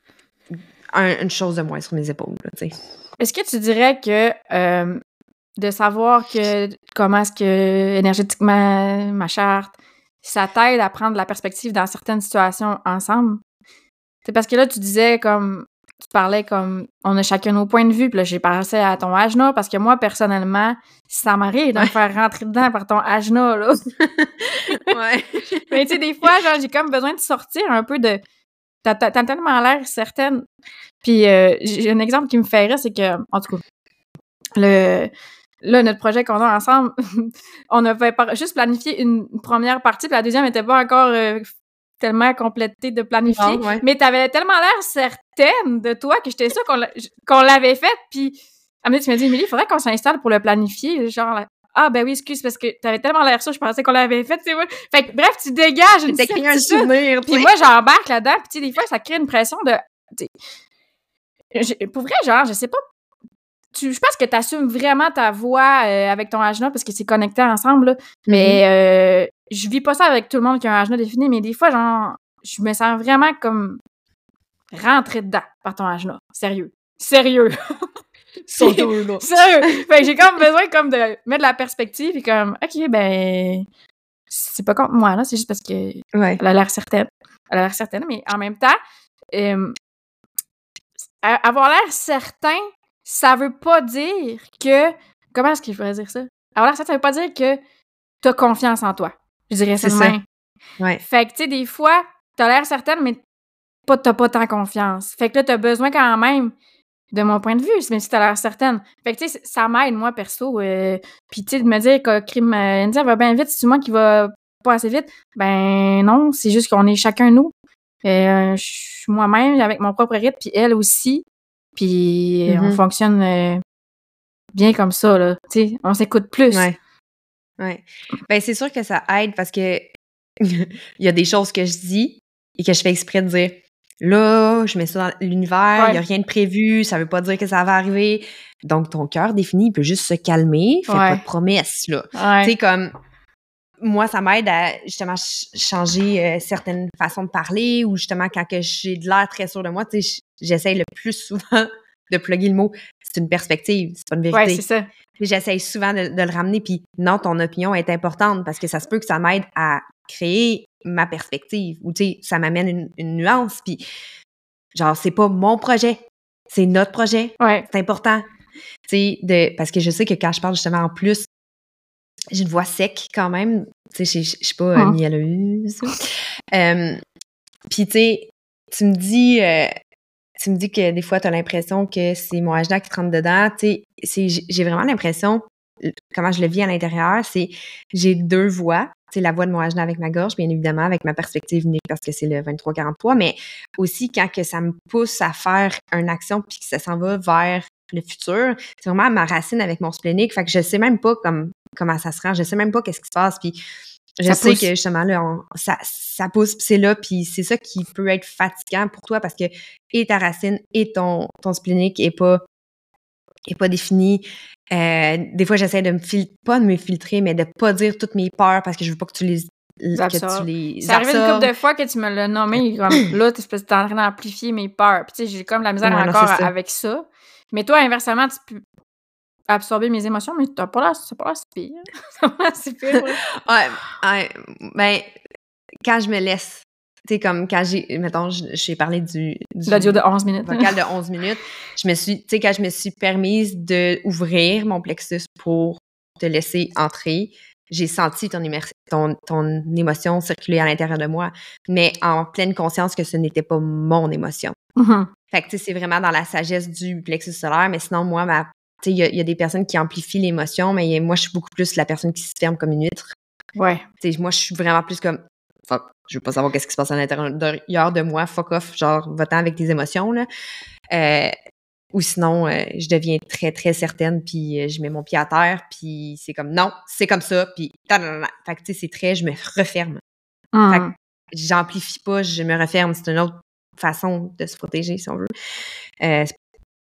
un- une chose de moins sur mes épaules, là, tu sais. Est-ce que tu dirais que euh, de savoir que comment est-ce que énergétiquement ma charte, ça t'aide à prendre la perspective dans certaines situations ensemble? C'est parce que là, tu disais comme tu parlais comme on a chacun nos points de vue, puis là, j'ai pensé à ton ajna, parce que moi, personnellement, si ça m'arrive de me faire rentrer dedans par ton ajna, là. Ouais. Mais tu sais, des fois, genre, j'ai comme besoin de sortir un peu de t'as, t'as, t'as tellement l'air certaine. Puis euh, j'ai un exemple qui me fait rire, c'est que, en tout cas, le... Là, notre projet qu'on a ensemble, on avait par- juste planifié une première partie, puis la deuxième était pas encore euh, tellement complétée de planifier. Oh, ouais. Mais t'avais tellement l'air certaine de toi que j'étais sûre qu'on, l'a- qu'on l'avait faite. Puis, à un moment donné, tu m'as dit, Émilie, il faudrait qu'on s'installe pour le planifier. Genre, là, ah, ben oui, excuse, parce que t'avais tellement l'air ça, je pensais qu'on l'avait fait, c'est vrai. Fait que, bref, tu dégages une T'as créé un certitude. souvenir. Puis moi, j'embarque là-dedans, puis tu sais, des fois, ça crée une pression de... tu sais, j'ai- pour vrai, genre, je sais pas, tu, je pense que tu assumes vraiment ta voix euh, avec ton agenda parce que c'est connecté ensemble, là. Mais euh, je vis pas ça avec tout le monde qui a un agenda défini, mais des fois, genre, je me sens vraiment comme rentrée dedans par ton agenda. Sérieux. Sérieux. Sont deux, là. Sérieux. Fait que j'ai comme besoin comme de mettre de la perspective et comme, OK, ben, c'est pas contre moi, là, c'est juste parce que Ouais. elle a l'air certaine. Elle a l'air certaine, mais en même temps, euh, avoir l'air certain, ça veut pas dire que... Comment est-ce que je pourrais dire ça? Avoir l'air certain, ça veut pas dire que t'as confiance en toi. Je dirais ça de C'est ça. même. Ouais. Fait que, tu sais, des fois, t'as l'air certaine, mais pas, t'as pas tant confiance. Fait que là, t'as besoin quand même, de mon point de vue, même si t'as l'air certaine. Fait que, tu sais, ça m'aide, moi, perso. Euh, Puis, tu sais, de me dire que crime euh, India va bien vite, c'est moi qui va pas assez vite. Ben non, c'est juste qu'on est chacun nous. Euh, je suis moi-même avec mon propre rythme, puis elle aussi. Puis Mm-hmm. on fonctionne euh, bien comme ça, là. Tu sais, on s'écoute plus. Ouais. Ouais. Ben, c'est sûr que ça aide parce que il y a des choses que je dis et que je fais exprès de dire. Là, je mets ça dans l'univers, il Ouais. n'y a rien de prévu, ça veut pas dire que ça va arriver. Donc, ton cœur défini, il peut juste se calmer, fais Ouais. pas de promesses, là. Ouais. Tu sais, comme, moi, ça m'aide à, justement, ch- changer euh, certaines façons de parler ou, justement, quand que j'ai de l'air très sûr de moi, tu sais, j'essaye le plus souvent de plugger le mot. C'est une perspective, c'est pas une vérité. Ouais, c'est ça. Puis j'essaye souvent de, de le ramener, puis non, ton opinion est importante parce que ça se peut que ça m'aide à créer ma perspective ou, tu sais, ça m'amène une, une nuance, puis genre, c'est pas mon projet, c'est notre projet, Ouais. c'est important, tu sais, de, parce que je sais que quand je parle justement en plus, j'ai une voix sec quand même, tu sais, je je suis pas euh, Hum. mielleuse. Euh, puis, tu sais, tu me dis... euh, tu me dis que des fois, tu as l'impression que c'est mon agenda qui te rentre dedans. Tu sais, c'est- j'ai vraiment l'impression, comment je le vis à l'intérieur, c'est j'ai deux voix. Tu sais, la voix de mon agenda avec ma gorge, bien évidemment, avec ma perspective unique parce que c'est le vingt-trois quarante-trois, mais aussi quand que ça me pousse à faire une action puis que ça s'en va vers le futur, c'est vraiment ma racine avec mon splénique. Fait que je sais même pas comme, comment ça se rend, je sais même pas qu'est-ce qui se passe. Puis je Ça sais pousse. que justement, là, on- ça, ça pousse, puis c'est là, puis c'est ça qui peut être fatigant pour toi parce que et ta racine et ton, ton splénique est pas, est pas défini. Euh, des fois, j'essaie de me filtrer, pas de me filtrer, mais de pas dire toutes mes peurs parce que je veux pas que tu les, que tu Absorbe. les C'est arrivé une absorbes. couple de fois que tu me l'as nommé, comme là, t'es t'es en train d'amplifier mes peurs. Puis tu sais, j'ai comme la misère Ouais, non, encore c'est ça. avec ça. Mais toi, inversement, tu peux absorber mes émotions, mais t'as pas l'air, c'est pas l'air si pire. C'est pas l'air si pire, ouais. Ouais, ouais, ben, quand je me laisse, tu sais, comme quand j'ai, mettons, je- j'ai parlé du, du L'audio de onze minutes. vocal de onze minutes, je me suis, tu sais, quand je me suis permise d'ouvrir mon plexus pour te laisser entrer, j'ai senti ton, émer- ton, ton émotion circuler à l'intérieur de moi, mais en pleine conscience que ce n'était pas mon émotion. Mhm. Fait que, tu sais, c'est vraiment dans la sagesse du plexus solaire, mais sinon, moi, ma, tu sais, il y, a- il y a des personnes qui amplifient l'émotion, mais moi, je suis beaucoup plus la personne qui se ferme comme une huître. Ouais. Tu sais, moi, je suis vraiment plus comme fuck, je veux pas savoir qu'est-ce qui se passe à l'intérieur de moi, fuck off, genre, va-t'en avec tes émotions, là. Euh, ou sinon, euh, je deviens très, très certaine, puis euh, je mets mon pied à terre, puis c'est comme, non, c'est comme ça, puis ta-da-da-da. Fait que, tu sais, c'est très, je me referme. Mhm. Fait que j'amplifie pas, je me referme. C'est une autre façon de se protéger, si on veut. Euh, c'est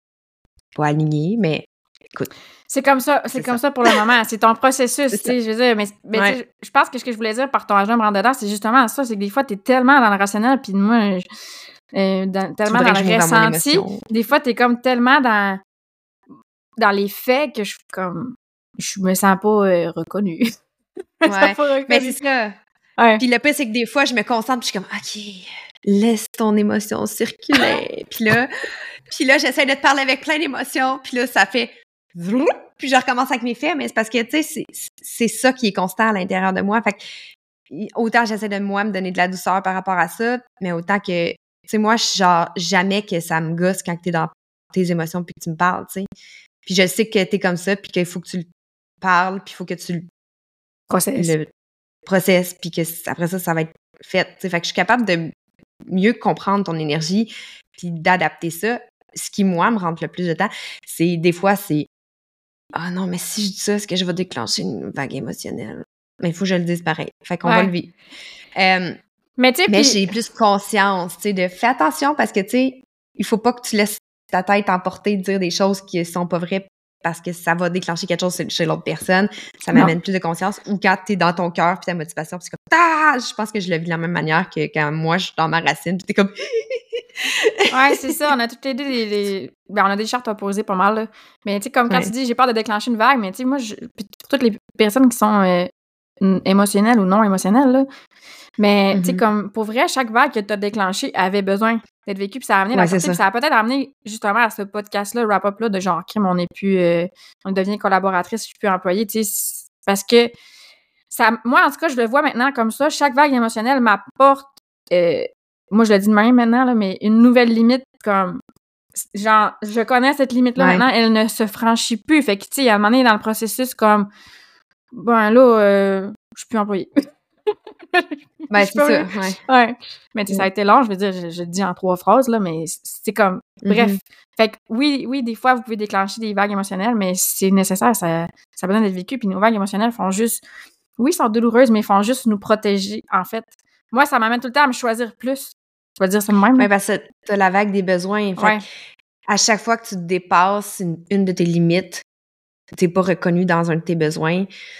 pas aligné, mais écoute. C'est comme ça, c'est, C'est comme ça. ça pour le moment. C'est ton processus, C'est tu sais, je veux dire. Mais, mais Ouais. tu sais, je pense que ce que je voulais dire par ton agenda me rendre dedans, c'est justement ça, c'est que des fois, t'es tellement dans le rationnel, puis moi, je- euh, dans- tellement voudrais dans que le je m'ouvre à mon ressenti. émotion. Des fois, t'es comme tellement dans, dans les faits que je suis comme, je me sens pas euh, reconnue. Je me sens Ouais. pas reconnue. Mais c'est ça. Ouais. Puis le pire, c'est que des fois, je me concentre, puis je suis comme, OK, laisse ton émotion circuler. Puis là, puis là, j'essaie de te parler avec plein d'émotions, puis là, ça fait... vroom, puis je recommence avec mes faits, mais c'est parce que, tu sais, c'est, c'est ça qui est constant à l'intérieur de moi. Fait que autant j'essaie de moi me donner de la douceur par rapport à ça, mais autant que sais, moi, genre, jamais que ça me gosse quand t'es dans tes émotions puis que tu me parles, tu sais. Puis je sais que t'es comme ça puis qu'il faut que tu le parles puis il faut que tu le Process. le processes puis que après ça, ça va être fait, tu sais. Fait que je suis capable de mieux comprendre ton énergie puis d'adapter ça. Ce qui, moi, me rentre le plus de temps, c'est des fois, c'est « Ah non, mais si je dis ça, est-ce que je vais déclencher une vague émotionnelle? » Mais il faut que je le dise pareil. Fait qu'on Ouais. va le vivre. Euh, Mais tu sais, mais puis- j'ai plus conscience, tu sais, de fais attention parce que, tu sais, il faut pas que tu laisses ta tête emporter, dire des choses qui sont pas vraies parce que ça va déclencher quelque chose chez l'autre personne. Ça Non. m'amène plus de conscience. Ou quand t'es dans ton cœur puis ta motivation, puis c'est comme « Ah! » Je pense que je le vis de la même manière que quand moi, je suis dans ma racine puis t'es comme... Ouais, c'est ça. On a toutes les deux des, des- Ben, on a des chartes opposées pas mal, là. Mais, tu sais, comme quand Ouais. tu dis, j'ai peur de déclencher une vague, mais, tu sais, moi, je... puis pour toutes les personnes qui sont euh, n- émotionnelles ou non émotionnelles, là. Mais, tu sais, Mhm. comme, pour vrai, chaque vague que tu as déclenchée avait besoin d'être vécue, puis ça a amené la Ouais, c'est sortie, puis ça. ça a peut-être amené, justement, à ce podcast-là, wrap-up-là, de genre, crime, on est plus... euh, on devient collaboratrice, je suis plus employée, tu sais, c'est- parce que ça... Moi, en tout cas, je le vois maintenant comme ça. Chaque vague émotionnelle m'apporte... euh, moi, je le dis de même maintenant, là, mais une nouvelle limite, comme, genre, je connais cette limite-là Ouais. maintenant, elle ne se franchit plus. Fait que, tu sais, à un moment donné, dans le processus, comme, ben là, euh, je suis plus employée. Ben, Je c'est peux ça, rien. ouais. Ouais. Mais, tu sais, ça a été long, je veux dire, je, je le dis en trois phrases, là, mais c'est comme, bref. Mhm. Fait que, oui, oui, des fois, vous pouvez déclencher des vagues émotionnelles, mais c'est nécessaire, ça, ça a besoin d'être vécu, puis nos vagues émotionnelles font juste, oui, sont douloureuses, mais font juste nous protéger, en fait. Moi, ça m'amène tout le temps à me choisir plus. Tu vas dire ça de même? Ouais, parce que t'as la vague des besoins. Fait Ouais. que à chaque fois que tu dépasses une, une de tes limites, t'es pas reconnu dans un de tes besoins,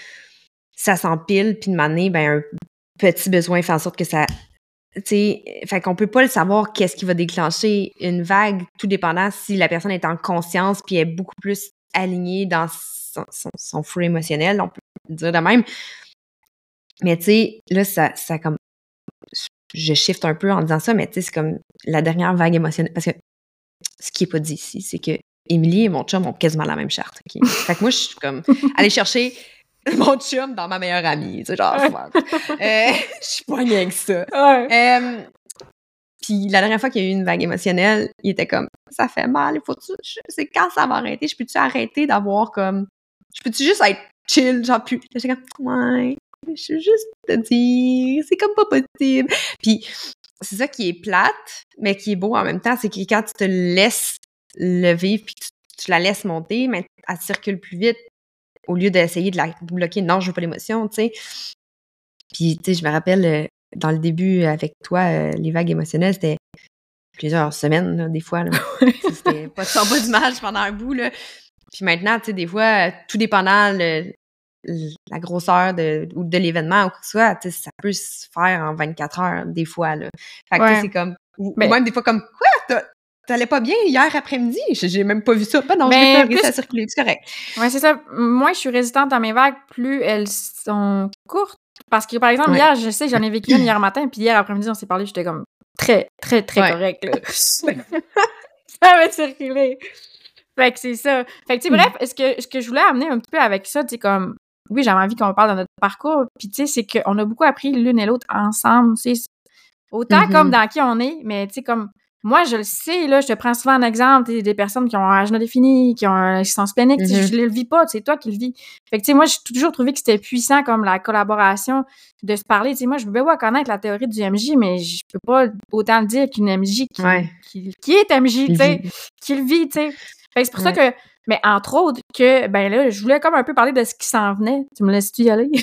ça s'empile, puis de m'amener, ben, un petit besoin fait en sorte que ça... Tu sais, fait qu'on peut pas le savoir qu'est-ce qui va déclencher une vague, tout dépendant si la personne est en conscience puis est beaucoup plus alignée dans son, son, son flou émotionnel, on peut le dire de même. Mais tu sais, là, ça, ça comme... Je shift un peu en disant ça, mais tu sais, c'est comme la dernière vague émotionnelle. Parce que ce qui est pas dit ici, c'est que Émilie et mon chum ont quasiment la même charte. Okay? Fait que moi, je suis comme aller chercher mon chum dans ma meilleure amie. Tu sais, genre, fuck. Euh, je suis pas rien que ça. Ouais. Euh, Puis la dernière fois qu'il y a eu une vague émotionnelle, il était comme, ça fait mal, il faut-tu, je- c'est quand ça va arrêter? Je peux-tu arrêter d'avoir comme, je peux-tu juste être chill, genre, plus. J'étais comme, ouais, je veux juste te dire, c'est comme pas possible. Puis c'est ça qui est plate, mais qui est beau en même temps, c'est que quand tu te laisses le vivre puis tu, tu la laisses monter, mais elle circule plus vite au lieu d'essayer de la bloquer. Non, je veux pas l'émotion, tu sais. Puis, tu sais, je me rappelle, euh, dans le début, avec toi, euh, les vagues émotionnelles, c'était plusieurs semaines, là, des fois. Là. C'était pas de son, pas d'image pendant un bout. Là. Puis maintenant, tu sais, des fois, euh, tout dépendant le, le- la grosseur de, ou de l'événement ou quoi que ce soit, tu sais, ça peut se faire en vingt-quatre heures, des fois. Là. Fait que, tu sais, Ouais. c'est comme... Ou, Mais- ou même des fois comme, quoi? T'as- T'allais pas bien hier après-midi? J'ai j'ai même pas vu ça. Ben non, je Mais vais pas plus- ça circuler, c'est correct. Ouais, c'est ça. Moins je suis résistante à mes vagues, plus elles sont courtes. Parce que, par exemple, Ouais. hier, je sais, j'en ai vécu une hier matin, puis hier après-midi, on s'est parlé, j'étais comme très, très, très Ouais. correcte, là. Ça avait circulé. Fait que c'est ça. Fait que, tu sais, bref, ce que, ce que je voulais amener un petit peu avec ça, tu sais, comme, oui, j'avais envie qu'on parle de notre parcours, puis tu sais, c'est qu'on a beaucoup appris l'une et l'autre ensemble, tu sais, autant Mhm. comme dans qui on est, mais tu sais, comme, moi, je le sais, là, je te prends souvent un exemple, tu sais, des personnes qui ont un âge non défini, qui ont un sens splénique, tu sais, Mhm. je le vis pas, c'est toi qui le vis. Fait que, tu sais, moi, j'ai toujours trouvé que c'était puissant, comme la collaboration, de se parler, tu sais, moi, je veux bien connaître la théorie du M J, mais je peux pas autant le dire qu'une M J qui, Ouais. qui, qui est M J, tu sais, Vit. qui le vit, tu sais. Fait que c'est pour ça Ouais. que, mais entre autres, que, ben là, je voulais comme un peu parler de ce qui s'en venait. Tu me laisses-tu y aller?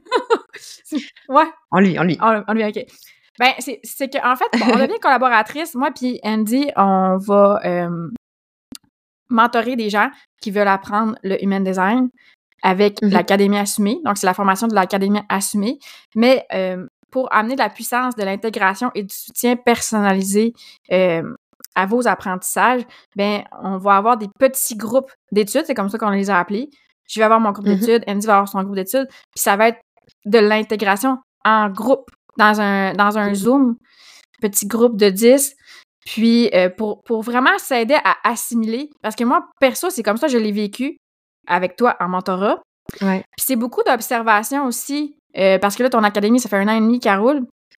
Ouais. On lui, on lui. On, on lui, OK. Ben, c'est, c'est que, en fait, bon, on devient collaboratrice. Moi puis Andy, on va euh, mentorer des gens qui veulent apprendre le Human Design avec Mhm. l'Académie Assumée. Donc, c'est la formation de l'Académie Assumée. Mais euh, pour amener de la puissance, de l'intégration et du soutien personnalisé euh, à vos apprentissages, ben, on va avoir des petits groupes d'études. C'est comme ça qu'on les a appelés. Je vais avoir mon groupe Mhm. d'études, Andy va avoir son groupe d'études, puis ça va être de l'intégration en groupe, dans un, dans un Zoom, petit groupe de dix, puis euh, pour, pour vraiment s'aider à assimiler, parce que moi, perso, c'est comme ça que je l'ai vécu avec toi en mentorat. Ouais. Puis c'est beaucoup d'observation aussi, euh, parce que là, ton académie, ça fait un an et demi qu'elle roule.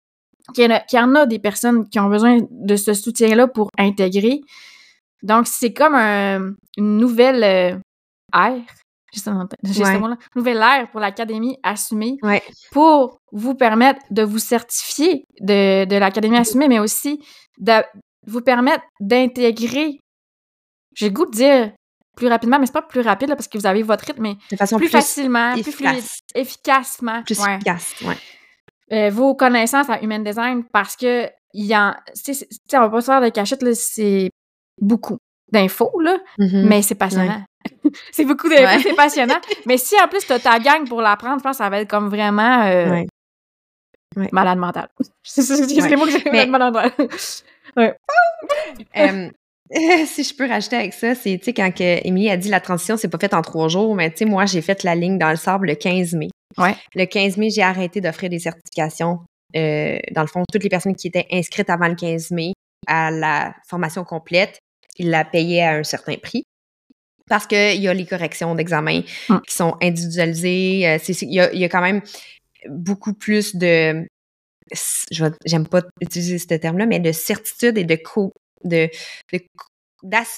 qu'il y, en a, qu'il y en a des personnes qui ont besoin de ce soutien-là pour intégrer. Donc, c'est comme un, une nouvelle euh, ère, justement, justement là, nouvelle ère pour l'Académie Assumée, Ouais. pour vous permettre de vous certifier de, de l'Académie Assumée, mais aussi de vous permettre d'intégrer, j'ai le goût de dire plus rapidement, mais c'est pas plus rapide là, parce que vous avez votre rythme, mais De façon plus, plus facilement, efficace. plus fluide, efficacement. Plus ouais. efficace, ouais. Euh, vos connaissances en human design, parce que il y en, tu sais, on va pas se faire de cachette, là, c'est beaucoup d'infos, là, Mm-hmm. mais c'est passionnant. Ouais. C'est beaucoup d'infos, ouais. C'est passionnant. Mais si en plus t'as ta gang pour l'apprendre, je pense que ça va être comme vraiment euh, ouais. Ouais. malade mental. C'est, c'est, c'est ouais. les mots que j'ai mais... malade mental. Ouais. um, si je peux rajouter avec ça, c'est, tu sais, quand que Émilie a dit la transition, c'est pas fait en trois jours, mais tu sais, moi, j'ai fait la ligne dans le sable le quinze mai. Ouais. Le quinze mai, j'ai arrêté d'offrir des certifications. Euh, dans le fond, toutes les personnes qui étaient inscrites avant le quinze mai à la formation complète, ils la payaient à un certain prix. Parce qu'il y a les corrections d'examen mm. qui sont individualisées. Euh, c'est, il, y a, il y a quand même beaucoup plus de... Je, j'aime pas utiliser ce terme-là, mais de certitude et de... Co, de, de d'as,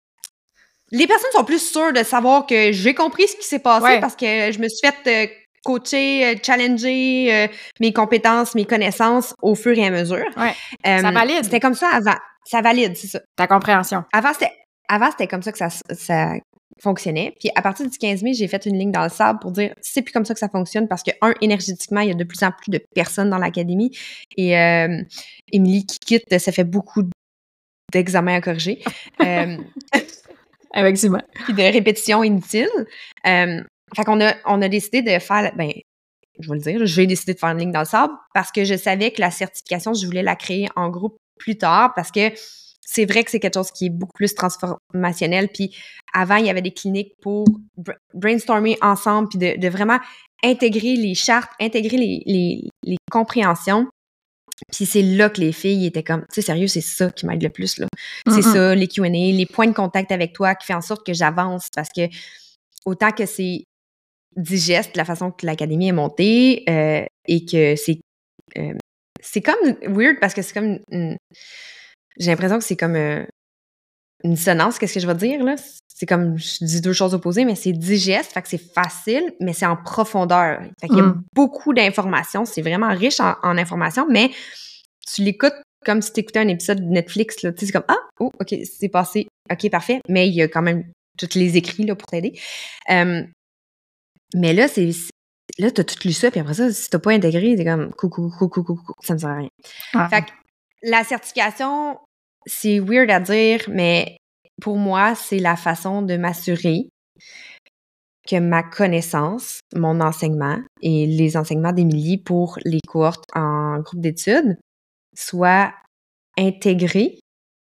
les personnes sont plus sûres de savoir que j'ai compris ce qui s'est passé ouais. parce que je me suis fait... Euh, coacher, challenger euh, mes compétences, mes connaissances au fur et à mesure. Ouais. Euh, ça valide. C'était comme ça avant. Ça valide, c'est ça. Ta compréhension. Avant, c'était, avant, c'était comme ça que ça, ça fonctionnait. Puis à partir du quinze mai, j'ai fait une ligne dans le sable pour dire c'est plus comme ça que ça fonctionne parce que, un, énergétiquement, il y a de plus en plus de personnes dans l'académie. Et euh, Émilie qui quitte, ça fait beaucoup d'examens à corriger. euh, Effectivement. Puis de répétitions inutiles. Euh, Fait qu'on a, on a décidé de faire, ben, je vais le dire, j'ai décidé de faire une ligne dans le sable parce que je savais que la certification, je voulais la créer en groupe plus tard parce que c'est vrai que c'est quelque chose qui est beaucoup plus transformationnel. Puis avant, il y avait des cliniques pour brainstormer ensemble puis de, de vraiment intégrer les chartes, intégrer les, les, les compréhensions. Puis c'est là que les filles étaient comme, tu sais, sérieux, c'est ça qui m'aide le plus, là. Mm-hmm. C'est ça, les Q and A, les points de contact avec toi qui fait en sorte que j'avance parce que autant que c'est digeste la façon que l'académie est montée euh, et que c'est euh, c'est comme weird parce que c'est comme une, j'ai l'impression que c'est comme euh, une dissonance, qu'est-ce que je vais dire là, c'est comme je dis deux choses opposées mais c'est digeste, fait que c'est facile mais c'est en profondeur, fait qu'il y a mm. beaucoup d'informations, c'est vraiment riche en, en informations mais tu l'écoutes comme si tu écoutais un épisode de Netflix là, tu sais, c'est comme ah oh ok c'est passé, ok parfait mais il y a quand même tous les écrits là pour t'aider. Euh, Mais là, c'est, c'est là, t'as tout lu ça, puis après ça, si t'as pas intégré, t'es comme coucou, coucou, coucou, ça ne sert à rien. Ah. Fait que la certification, c'est weird à dire, mais pour moi, c'est la façon de m'assurer que ma connaissance, mon enseignement et les enseignements d'Émilie pour les cohortes en groupe d'études soient intégrés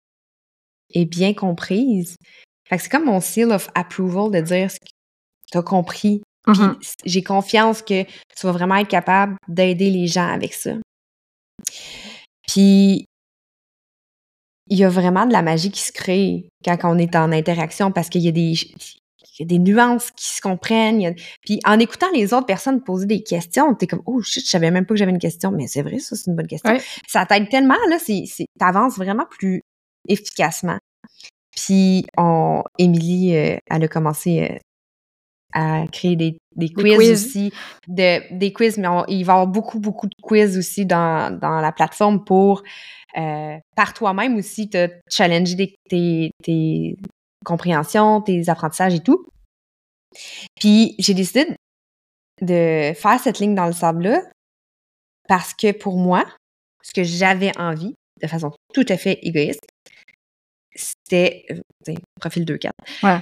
et bien comprises. Fait que c'est comme mon seal of approval de dire ce que t'as compris. Puis mm-hmm. j'ai confiance que tu vas vraiment être capable d'aider les gens avec ça. Puis il y a vraiment de la magie qui se crée quand on est en interaction parce qu'il y a des, il y a des nuances qui se comprennent. Il y a... Puis en écoutant les autres personnes poser des questions, t'es comme « Oh shit, je savais même pas que j'avais une question. » Mais c'est vrai, ça, c'est une bonne question. Ouais. Ça t'aide tellement, là, c'est, c'est, t'avances vraiment plus efficacement. Puis on, Émilie, euh, elle a commencé... Euh, à créer des, des, quiz, des quiz aussi, de, des quiz, mais on, il va y avoir beaucoup, beaucoup de quiz aussi dans, dans la plateforme pour, euh, par toi-même aussi, te challenger des, tes, tes compréhensions, tes apprentissages et tout. Puis, j'ai décidé de faire cette ligne dans le sable-là parce que pour moi, ce que j'avais envie, de façon tout à fait égoïste, c'était, euh, profil deux quatre. Ouais.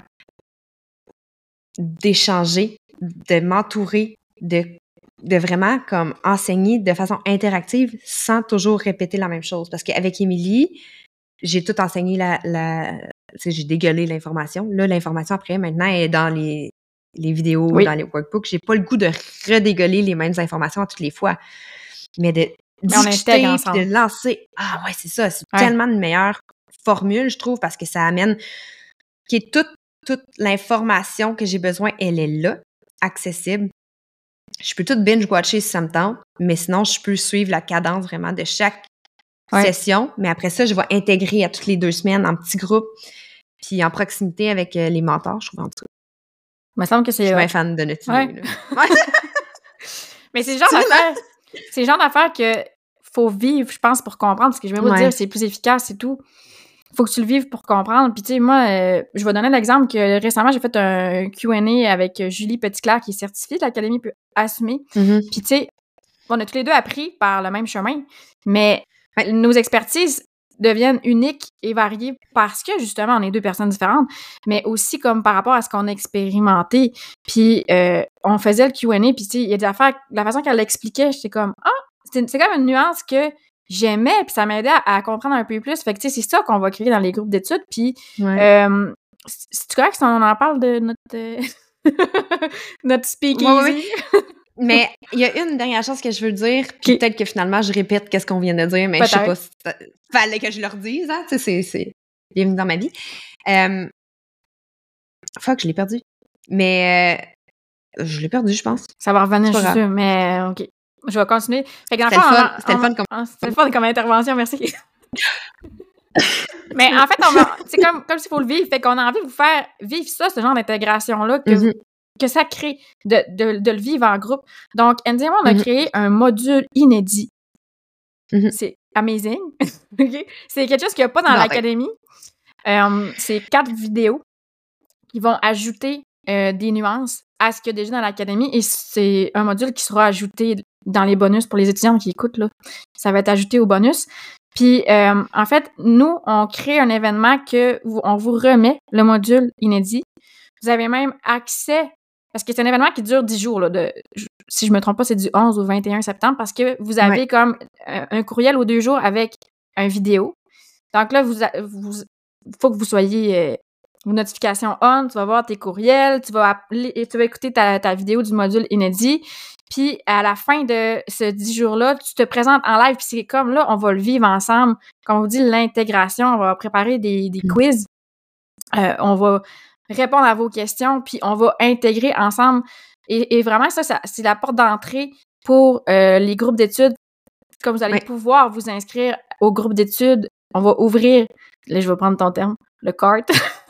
d'échanger, de m'entourer, de, de vraiment comme enseigner de façon interactive sans toujours répéter la même chose. Parce qu'avec Émilie, j'ai tout enseigné, la, la, tu sais, j'ai dégueulé l'information. Là, l'information après, maintenant, elle est dans les, les vidéos, oui. dans les workbooks. J'ai pas le goût de redégueuler les mêmes informations à toutes les fois. Mais de Mais discuter puis de lancer. Ah ouais, c'est ça. C'est ouais. tellement une meilleure formule, je trouve, parce que ça amène qui est toute toute l'information que j'ai besoin, elle est là, accessible. je peux tout binge-watcher si ça me tente, mais sinon, je peux suivre la cadence vraiment de chaque ouais. session. Mais après ça, je vais intégrer à toutes les deux semaines en petits groupes, puis en proximité avec euh, les mentors, je trouve en tout cas. Il me semble que c'est... Je suis ouais. bien fan de notre ouais. idée. Ouais. Mais c'est le genre d'affaire... c'est le genre d'affaire que faut vivre, je pense, pour comprendre. Parce que je vais vous ouais. dire, c'est plus efficace et tout. Faut que tu le vives pour comprendre. Puis tu sais, moi, euh, je vais donner l'exemple que récemment, j'ai fait un Q and A avec Julie Petitclerc, qui est certifiée de l'Académie Assumer. Mm-hmm. Puis tu sais, on a tous les deux appris par le même chemin, mais ouais. nos expertises deviennent uniques et variées parce que, justement, on est deux personnes différentes, mais aussi comme par rapport à ce qu'on a expérimenté. Puis euh, on faisait le Q and A, puis tu sais, il y a des affaires, la façon qu'elle l'expliquait, j'étais comme « Ah! » C'est, c'est comme une nuance que j'aimais, puis ça m'aidait à, à comprendre un peu plus. Fait que, tu sais, c'est ça qu'on va créer dans les groupes d'études. Puis, ouais. euh, c'est correct si on en parle de notre, euh, notre speakeasy? Oui, oui. Mais il y a une dernière chose que je veux dire, puis okay. peut-être que finalement, je répète qu'est-ce qu'on vient de dire, mais peut-être. Je sais pas si ça fallait que je leur dise, hein? Tu sais, c'est, c'est bienvenue dans ma vie. Euh, fuck, je l'ai perdu. Mais euh, je l'ai perdu, je pense. Ça va revenir, je suis sûre, mais OK. Je vais continuer. Fait que dans c'était, le fond, le fun, on, c'était on, le fun comme... on, c'était le fun comme intervention, merci. Mais en fait, on va, c'est comme, comme s'il faut le vivre. Fait qu'on a envie de vous faire vivre ça, ce genre d'intégration-là, que, mm-hmm. que ça crée, de, de, de le vivre en groupe. Donc, Andy et moi, on a mm-hmm. créé un module inédit. Mm-hmm. C'est amazing. Okay? C'est quelque chose qu'il n'y a pas dans non, l'académie. Euh, c'est quatre vidéos qui vont ajouter euh, des nuances à ce qu'il y a déjà dans l'académie, et c'est un module qui sera ajouté dans les bonus pour les étudiants qui écoutent, là. Ça va être ajouté au bonus. Puis, euh, en fait, nous, on crée un événement que vous, on vous remet le module inédit. Vous avez même accès, parce que c'est un événement qui dure dix jours, là, de, si je me trompe pas, c'est du onze au vingt et un septembre, parce que vous avez ouais. comme un, un courriel aux deux jours avec un vidéo. Donc là, vous, vous faut que vous soyez... Euh, vos notifications on, tu vas voir tes courriels, tu vas appeler, tu vas écouter ta, ta vidéo du module inédit, puis à la fin de ce dix jours-là, tu te présentes en live, puis c'est comme là, on va le vivre ensemble. Comme on vous dit, l'intégration, on va préparer des, des quiz, euh, on va répondre à vos questions, puis on va intégrer ensemble. Et, et vraiment, ça, ça, c'est la porte d'entrée pour euh, les groupes d'études. Comme vous allez oui. pouvoir vous inscrire au groupe d'études, on va ouvrir, là, je vais prendre ton terme, le cart.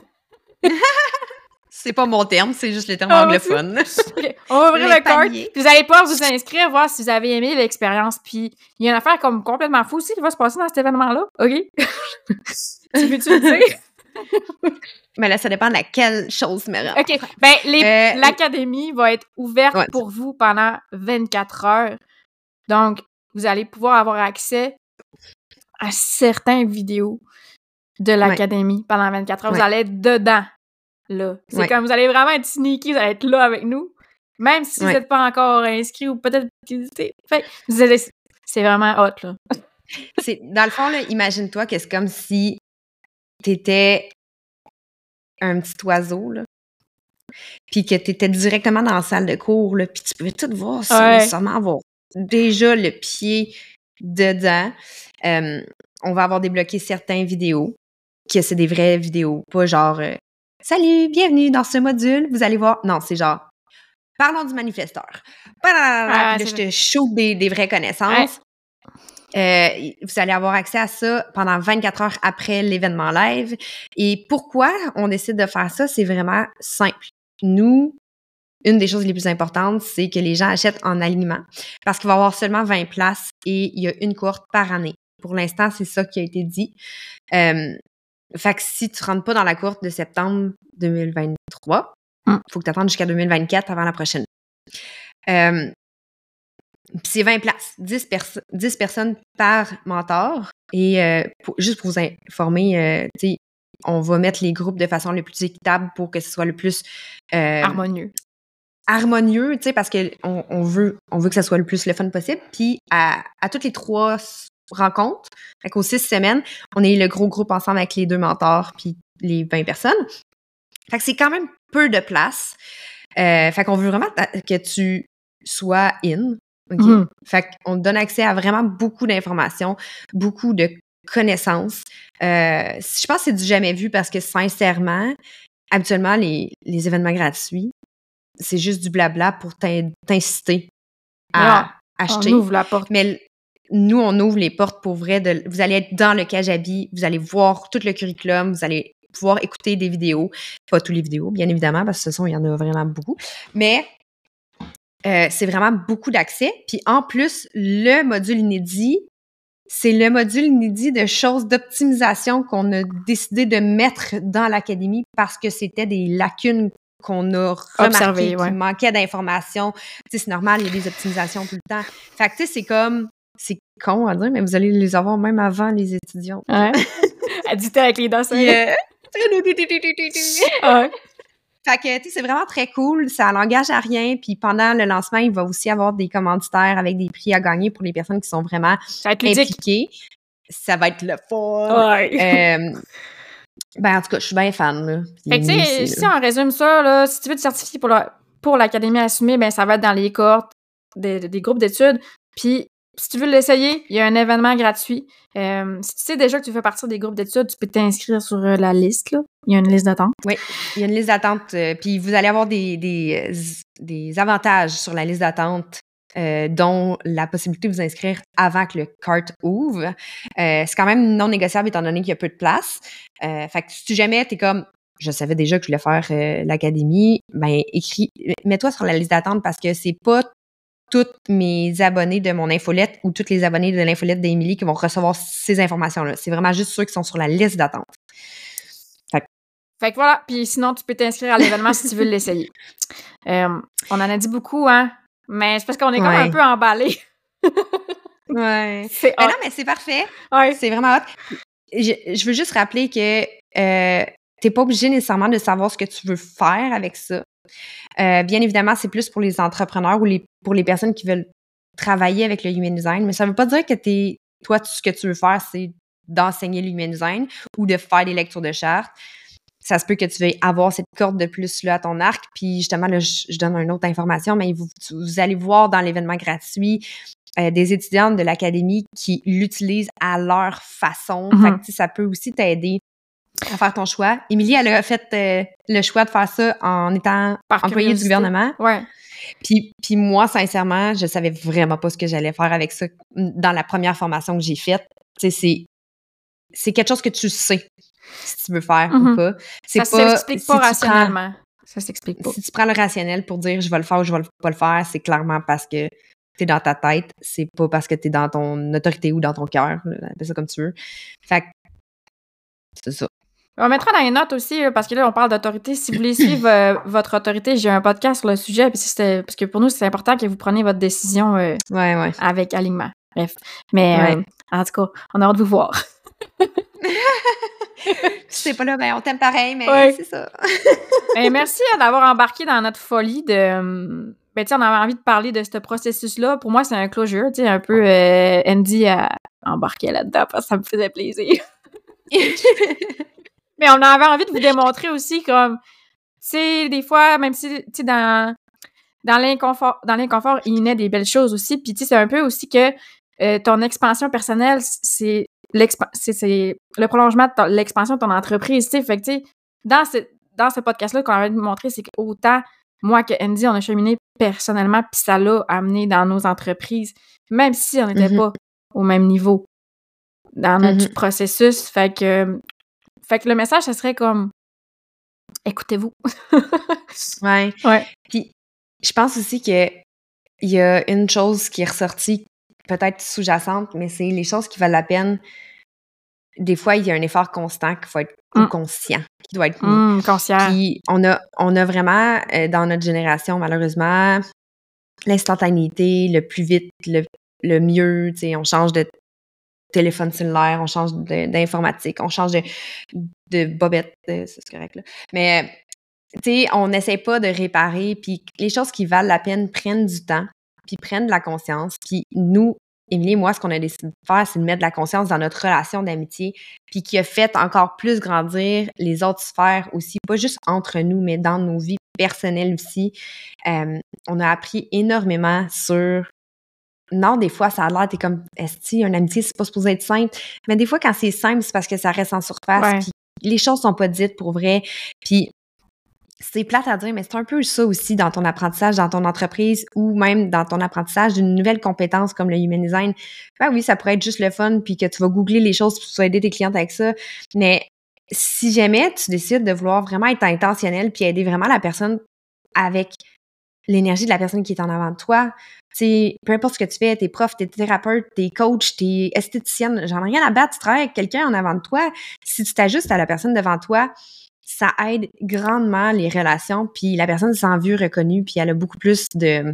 C'est pas mon terme, c'est juste le terme oh, anglophone. Okay. On va ouvrir le cart, puis vous allez pouvoir vous inscrire, voir si vous avez aimé l'expérience. Puis il y a une affaire comme complètement fou aussi qui va se passer dans cet événement-là, OK? Tu veux-tu le dire? Mais là, ça dépend de laquelle chose, mais OK. Ben, les, euh, l'académie va être ouverte ouais. pour vous pendant vingt-quatre heures. Donc, vous allez pouvoir avoir accès à certaines vidéos de l'académie ouais. pendant vingt-quatre heures. Ouais. Vous allez être dedans, là. C'est ouais. comme vous allez vraiment être sneaky, vous allez être là avec nous, même si ouais. vous n'êtes pas encore inscrit ou peut-être... Fait, vous allez, c'est vraiment hot, là. C'est, dans le fond, là, imagine-toi que c'est comme si t'étais un petit oiseau, là, puis que t'étais directement dans la salle de cours, là, puis tu pouvais tout voir ça, ouais. sûrement avoir déjà le pied dedans. Euh, on va avoir débloqué certaines vidéos, que c'est des vraies vidéos, pas genre euh, « Salut, bienvenue dans ce module, vous allez voir... » Non, c'est genre « Parlons du manifesteur. » Ah, là, je te shoot des, des vraies connaissances. Ouais. Euh, vous allez avoir accès à ça pendant vingt-quatre heures après l'événement live. Et pourquoi on décide de faire ça? C'est vraiment simple. Nous, une des choses les plus importantes, c'est que les gens achètent en alignement parce qu'il va y avoir seulement vingt places et il y a une cohorte par année. Pour l'instant, c'est ça qui a été dit. Euh, fait que si tu ne rentres pas dans la cohorte de septembre deux mille vingt-trois, il mm. faut que tu attendes jusqu'à deux mille vingt-quatre avant la prochaine. Euh, Puis c'est vingt places, dix, perso- dix personnes par mentor. Et euh, pour, juste pour vous informer, euh, tu sais, on va mettre les groupes de façon le plus équitable pour que ce soit le plus... Euh, harmonieux. Harmonieux, tu sais, parce qu'on on veut, on veut que ça soit le plus le fun possible. Puis à, à toutes les trois rencontres, fait qu'aux six semaines, on est le gros groupe ensemble avec les deux mentors puis les vingt personnes. Fait que c'est quand même peu de place. Euh, fait qu'on veut vraiment que tu sois in. Okay? Mm. Fait qu'on te donne accès à vraiment beaucoup d'informations, beaucoup de connaissances. Euh, je pense que c'est du jamais vu parce que sincèrement, habituellement, les, les événements gratuits, c'est juste du blabla pour t'in- t'inciter à on, acheter. On ouvre la porte. Mais nous, on ouvre les portes pour vrai. De, vous allez être dans le Kajabi, vous allez voir tout le curriculum, vous allez pouvoir écouter des vidéos. Pas tous les vidéos, bien évidemment, parce que ce sont, il y en a vraiment beaucoup. Mais euh, c'est vraiment beaucoup d'accès. Puis en plus, le module inédit, c'est le module inédit de choses d'optimisation qu'on a décidé de mettre dans l'académie parce que c'était des lacunes qu'on a remarquées, qui ouais. manquaient d'informations. Tu sais, c'est normal, il y a des optimisations tout le temps. Fait que, tu sais, c'est comme... C'est con à dire, mais vous allez les avoir même avant les étudiants. Ouais. À dicter avec les dents. Yeah. Ouais. Fait que, tu sais, c'est vraiment très cool. Ça n'engage à rien. Puis pendant le lancement, il va aussi avoir des commanditaires avec des prix à gagner pour les personnes qui sont vraiment ça va être impliquées. Ça va être le fun. Ouais. Euh, ben, en tout cas, je suis bien fan, là. Fait que, tu sais, si on résume ça, là, si tu veux te certifier pour, la, pour l'Académie Assumée, ben, ça va être dans les cohortes des, des groupes d'études. Puis, si tu veux l'essayer, il y a un événement gratuit. Euh, si tu sais déjà que tu fais partir des groupes d'études, tu peux t'inscrire sur euh, la liste, là. Il y a une liste d'attente. Oui, il y a une liste d'attente. Euh, puis vous allez avoir des, des, des avantages sur la liste d'attente, euh, dont la possibilité de vous inscrire avant que le cart ouvre. Euh, c'est quand même non négociable étant donné qu'il y a peu de place. Euh, fait que si jamais t'es comme... Je savais déjà que je voulais faire euh, l'académie, ben écris, mets-toi sur la liste d'attente parce que c'est pas tous mes abonnés de mon infolette ou tous les abonnés de l'infolette d'Émilie qui vont recevoir ces informations-là. C'est vraiment juste ceux qui sont sur la liste d'attente. Fait que, fait que voilà. Puis sinon, tu peux t'inscrire à l'événement si tu veux l'essayer. Euh, on en a dit beaucoup, hein? Mais c'est parce qu'on est ouais. comme un peu emballés. Ouais. C'est mais non, mais c'est parfait. Ouais. C'est vraiment hot. Je, je veux juste rappeler que euh, t'es pas obligé nécessairement de savoir ce que tu veux faire avec ça. Euh, bien évidemment, c'est plus pour les entrepreneurs ou les, pour les personnes qui veulent travailler avec le Human Design, mais ça veut pas dire que t'es, toi, tout ce que tu veux faire, c'est d'enseigner le Human Design ou de faire des lectures de chartes. Ça se peut que tu veuilles avoir cette corde de plus là, à ton arc, puis justement, là, je, je donne une autre information, mais vous, vous allez voir dans l'événement gratuit euh, des étudiantes de l'académie qui l'utilisent à leur façon. Mm-hmm. Fait que ça peut aussi t'aider à faire ton choix. Émilie, elle a fait euh, le choix de faire ça en étant Par employée curiosité. Du gouvernement. Ouais. Puis, puis moi, sincèrement, je savais vraiment pas ce que j'allais faire avec ça dans la première formation que j'ai faite. Tu sais, c'est, c'est quelque chose que tu sais si tu veux faire mm-hmm. ou pas. C'est ça pas, s'explique si pas rationnellement. Prends, ça s'explique pas. Si tu prends le rationnel pour dire « je vais le faire » ou « je vais pas le faire », c'est clairement parce que t'es dans ta tête. C'est pas parce que t'es dans ton autorité ou dans ton cœur. Appelle ça comme tu veux. Fait que c'est ça. On mettra dans les notes aussi, parce que là, on parle d'autorité. Si vous voulez suivre euh, votre autorité, j'ai un podcast sur le sujet, puis c'était, parce que pour nous, c'est important que vous preniez votre décision euh, ouais, ouais. avec alignement. Bref. Mais ouais. euh, en tout cas, on a hâte de vous voir. C'est pas là, ben on t'aime pareil, mais ouais. c'est ça. Ben, merci hein, d'avoir embarqué dans notre folie de... Ben, tu sais, on avait envie de parler de ce processus-là. Pour moi, c'est un closure, tu sais, un peu euh, Andy a embarqué là-dedans parce que ça me faisait plaisir. Mais on avait envie de vous démontrer aussi comme, tu sais, des fois, même si, tu sais, dans, dans l'inconfort, dans l'inconfort, il naît des belles choses aussi. Puis, tu sais, c'est un peu aussi que euh, ton expansion personnelle, c'est, l'expa- c'est, c'est le prolongement de ton, l'expansion de ton entreprise, tu sais. Fait que, tu sais, dans ce, dans ce podcast-là qu'on avait de vous montrer, c'est qu'autant, moi que Andy, on a cheminé personnellement, puis ça l'a amené dans nos entreprises, même si on n'était mm-hmm. pas au même niveau dans notre mm-hmm. processus. Fait que, fait que le message, ça serait comme écoutez-vous. ouais. ouais. Puis, je pense aussi que il y a une chose qui est ressortie, peut-être sous-jacente, mais c'est les choses qui valent la peine. Des fois, il y a un effort constant qu'il faut être mm. conscient, qui doit être mis. Mm, conscient. Puis, on a, on a vraiment, euh, dans notre génération, malheureusement, l'instantanéité, le plus vite, le, le mieux, tu sais, on change de téléphone cellulaire, on change de, d'informatique, on change de, de bobette, c'est correct, là. Mais, tu sais, on n'essaie pas de réparer, puis les choses qui valent la peine prennent du temps, puis prennent de la conscience. Puis nous, Émilie et moi, ce qu'on a décidé de faire, c'est de mettre de la conscience dans notre relation d'amitié, puis qui a fait encore plus grandir les autres sphères aussi, pas juste entre nous, mais dans nos vies personnelles aussi. Euh, on a appris énormément sur... Non, des fois, ça a l'air, t'es comme, est-ce que une amitié, c'est pas supposé être simple? Mais des fois, quand c'est simple, c'est parce que ça reste en surface, ouais. Puis les choses sont pas dites pour vrai. Puis c'est plate à dire, mais c'est un peu ça aussi dans ton apprentissage, dans ton entreprise ou même dans ton apprentissage d'une nouvelle compétence comme le human design. Ben oui, ça pourrait être juste le fun puis que tu vas googler les choses puis tu vas aider tes clientes avec ça. Mais si jamais tu décides de vouloir vraiment être intentionnel puis aider vraiment la personne avec l'énergie de la personne qui est en avant de toi, tu sais, peu importe ce que tu fais, t'es prof, t'es thérapeute, t'es coach, t'es esthéticienne, j'en ai rien à battre, tu travailles avec quelqu'un en avant de toi. Si tu t'ajustes à la personne devant toi, ça aide grandement les relations, puis la personne se sent vue, reconnue, puis elle a beaucoup plus de...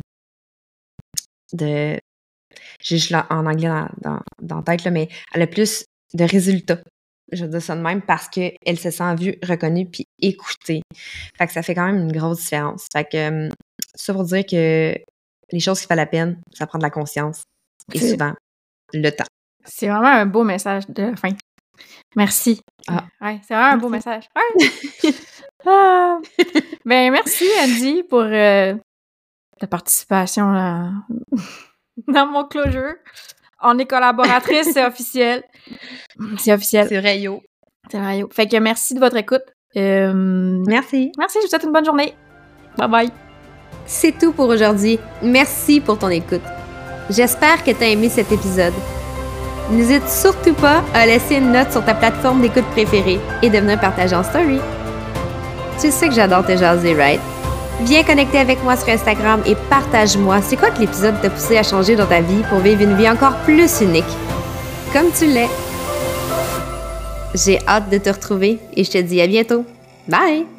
de j'ai juste en anglais dans, dans, dans la tête, là, mais elle a plus de résultats. Je veux dire ça de même parce qu'elle se sent vue, reconnue, puis écoutée. Fait que ça fait quand même une grosse différence. Fait que ça pour dire que les choses qui valent la peine, ça prend de la conscience et C'est- souvent le temps. C'est vraiment un beau message de fin. Merci. Ah. Ouais, c'est vraiment un beau message. Ouais. Ah. Ben, merci, Andy, pour euh, ta participation là, dans mon closure. On est collaboratrice, c'est officiel. C'est officiel. C'est vrai, yo. C'est vrai, yo. Fait que merci de votre écoute. Euh, Merci. merci, je vous souhaite une bonne journée. Bye bye. C'est tout pour aujourd'hui. Merci pour ton écoute. J'espère que tu as aimé cet épisode. N'hésite surtout pas à laisser une note sur ta plateforme d'écoute préférée et de venir partager en story. Tu sais que j'adore te jaser, right? Viens connecter avec moi sur Instagram et partage-moi c'est quoi que l'épisode t'a poussé à changer dans ta vie pour vivre une vie encore plus unique. Comme tu l'es. J'ai hâte de te retrouver et je te dis à bientôt. Bye!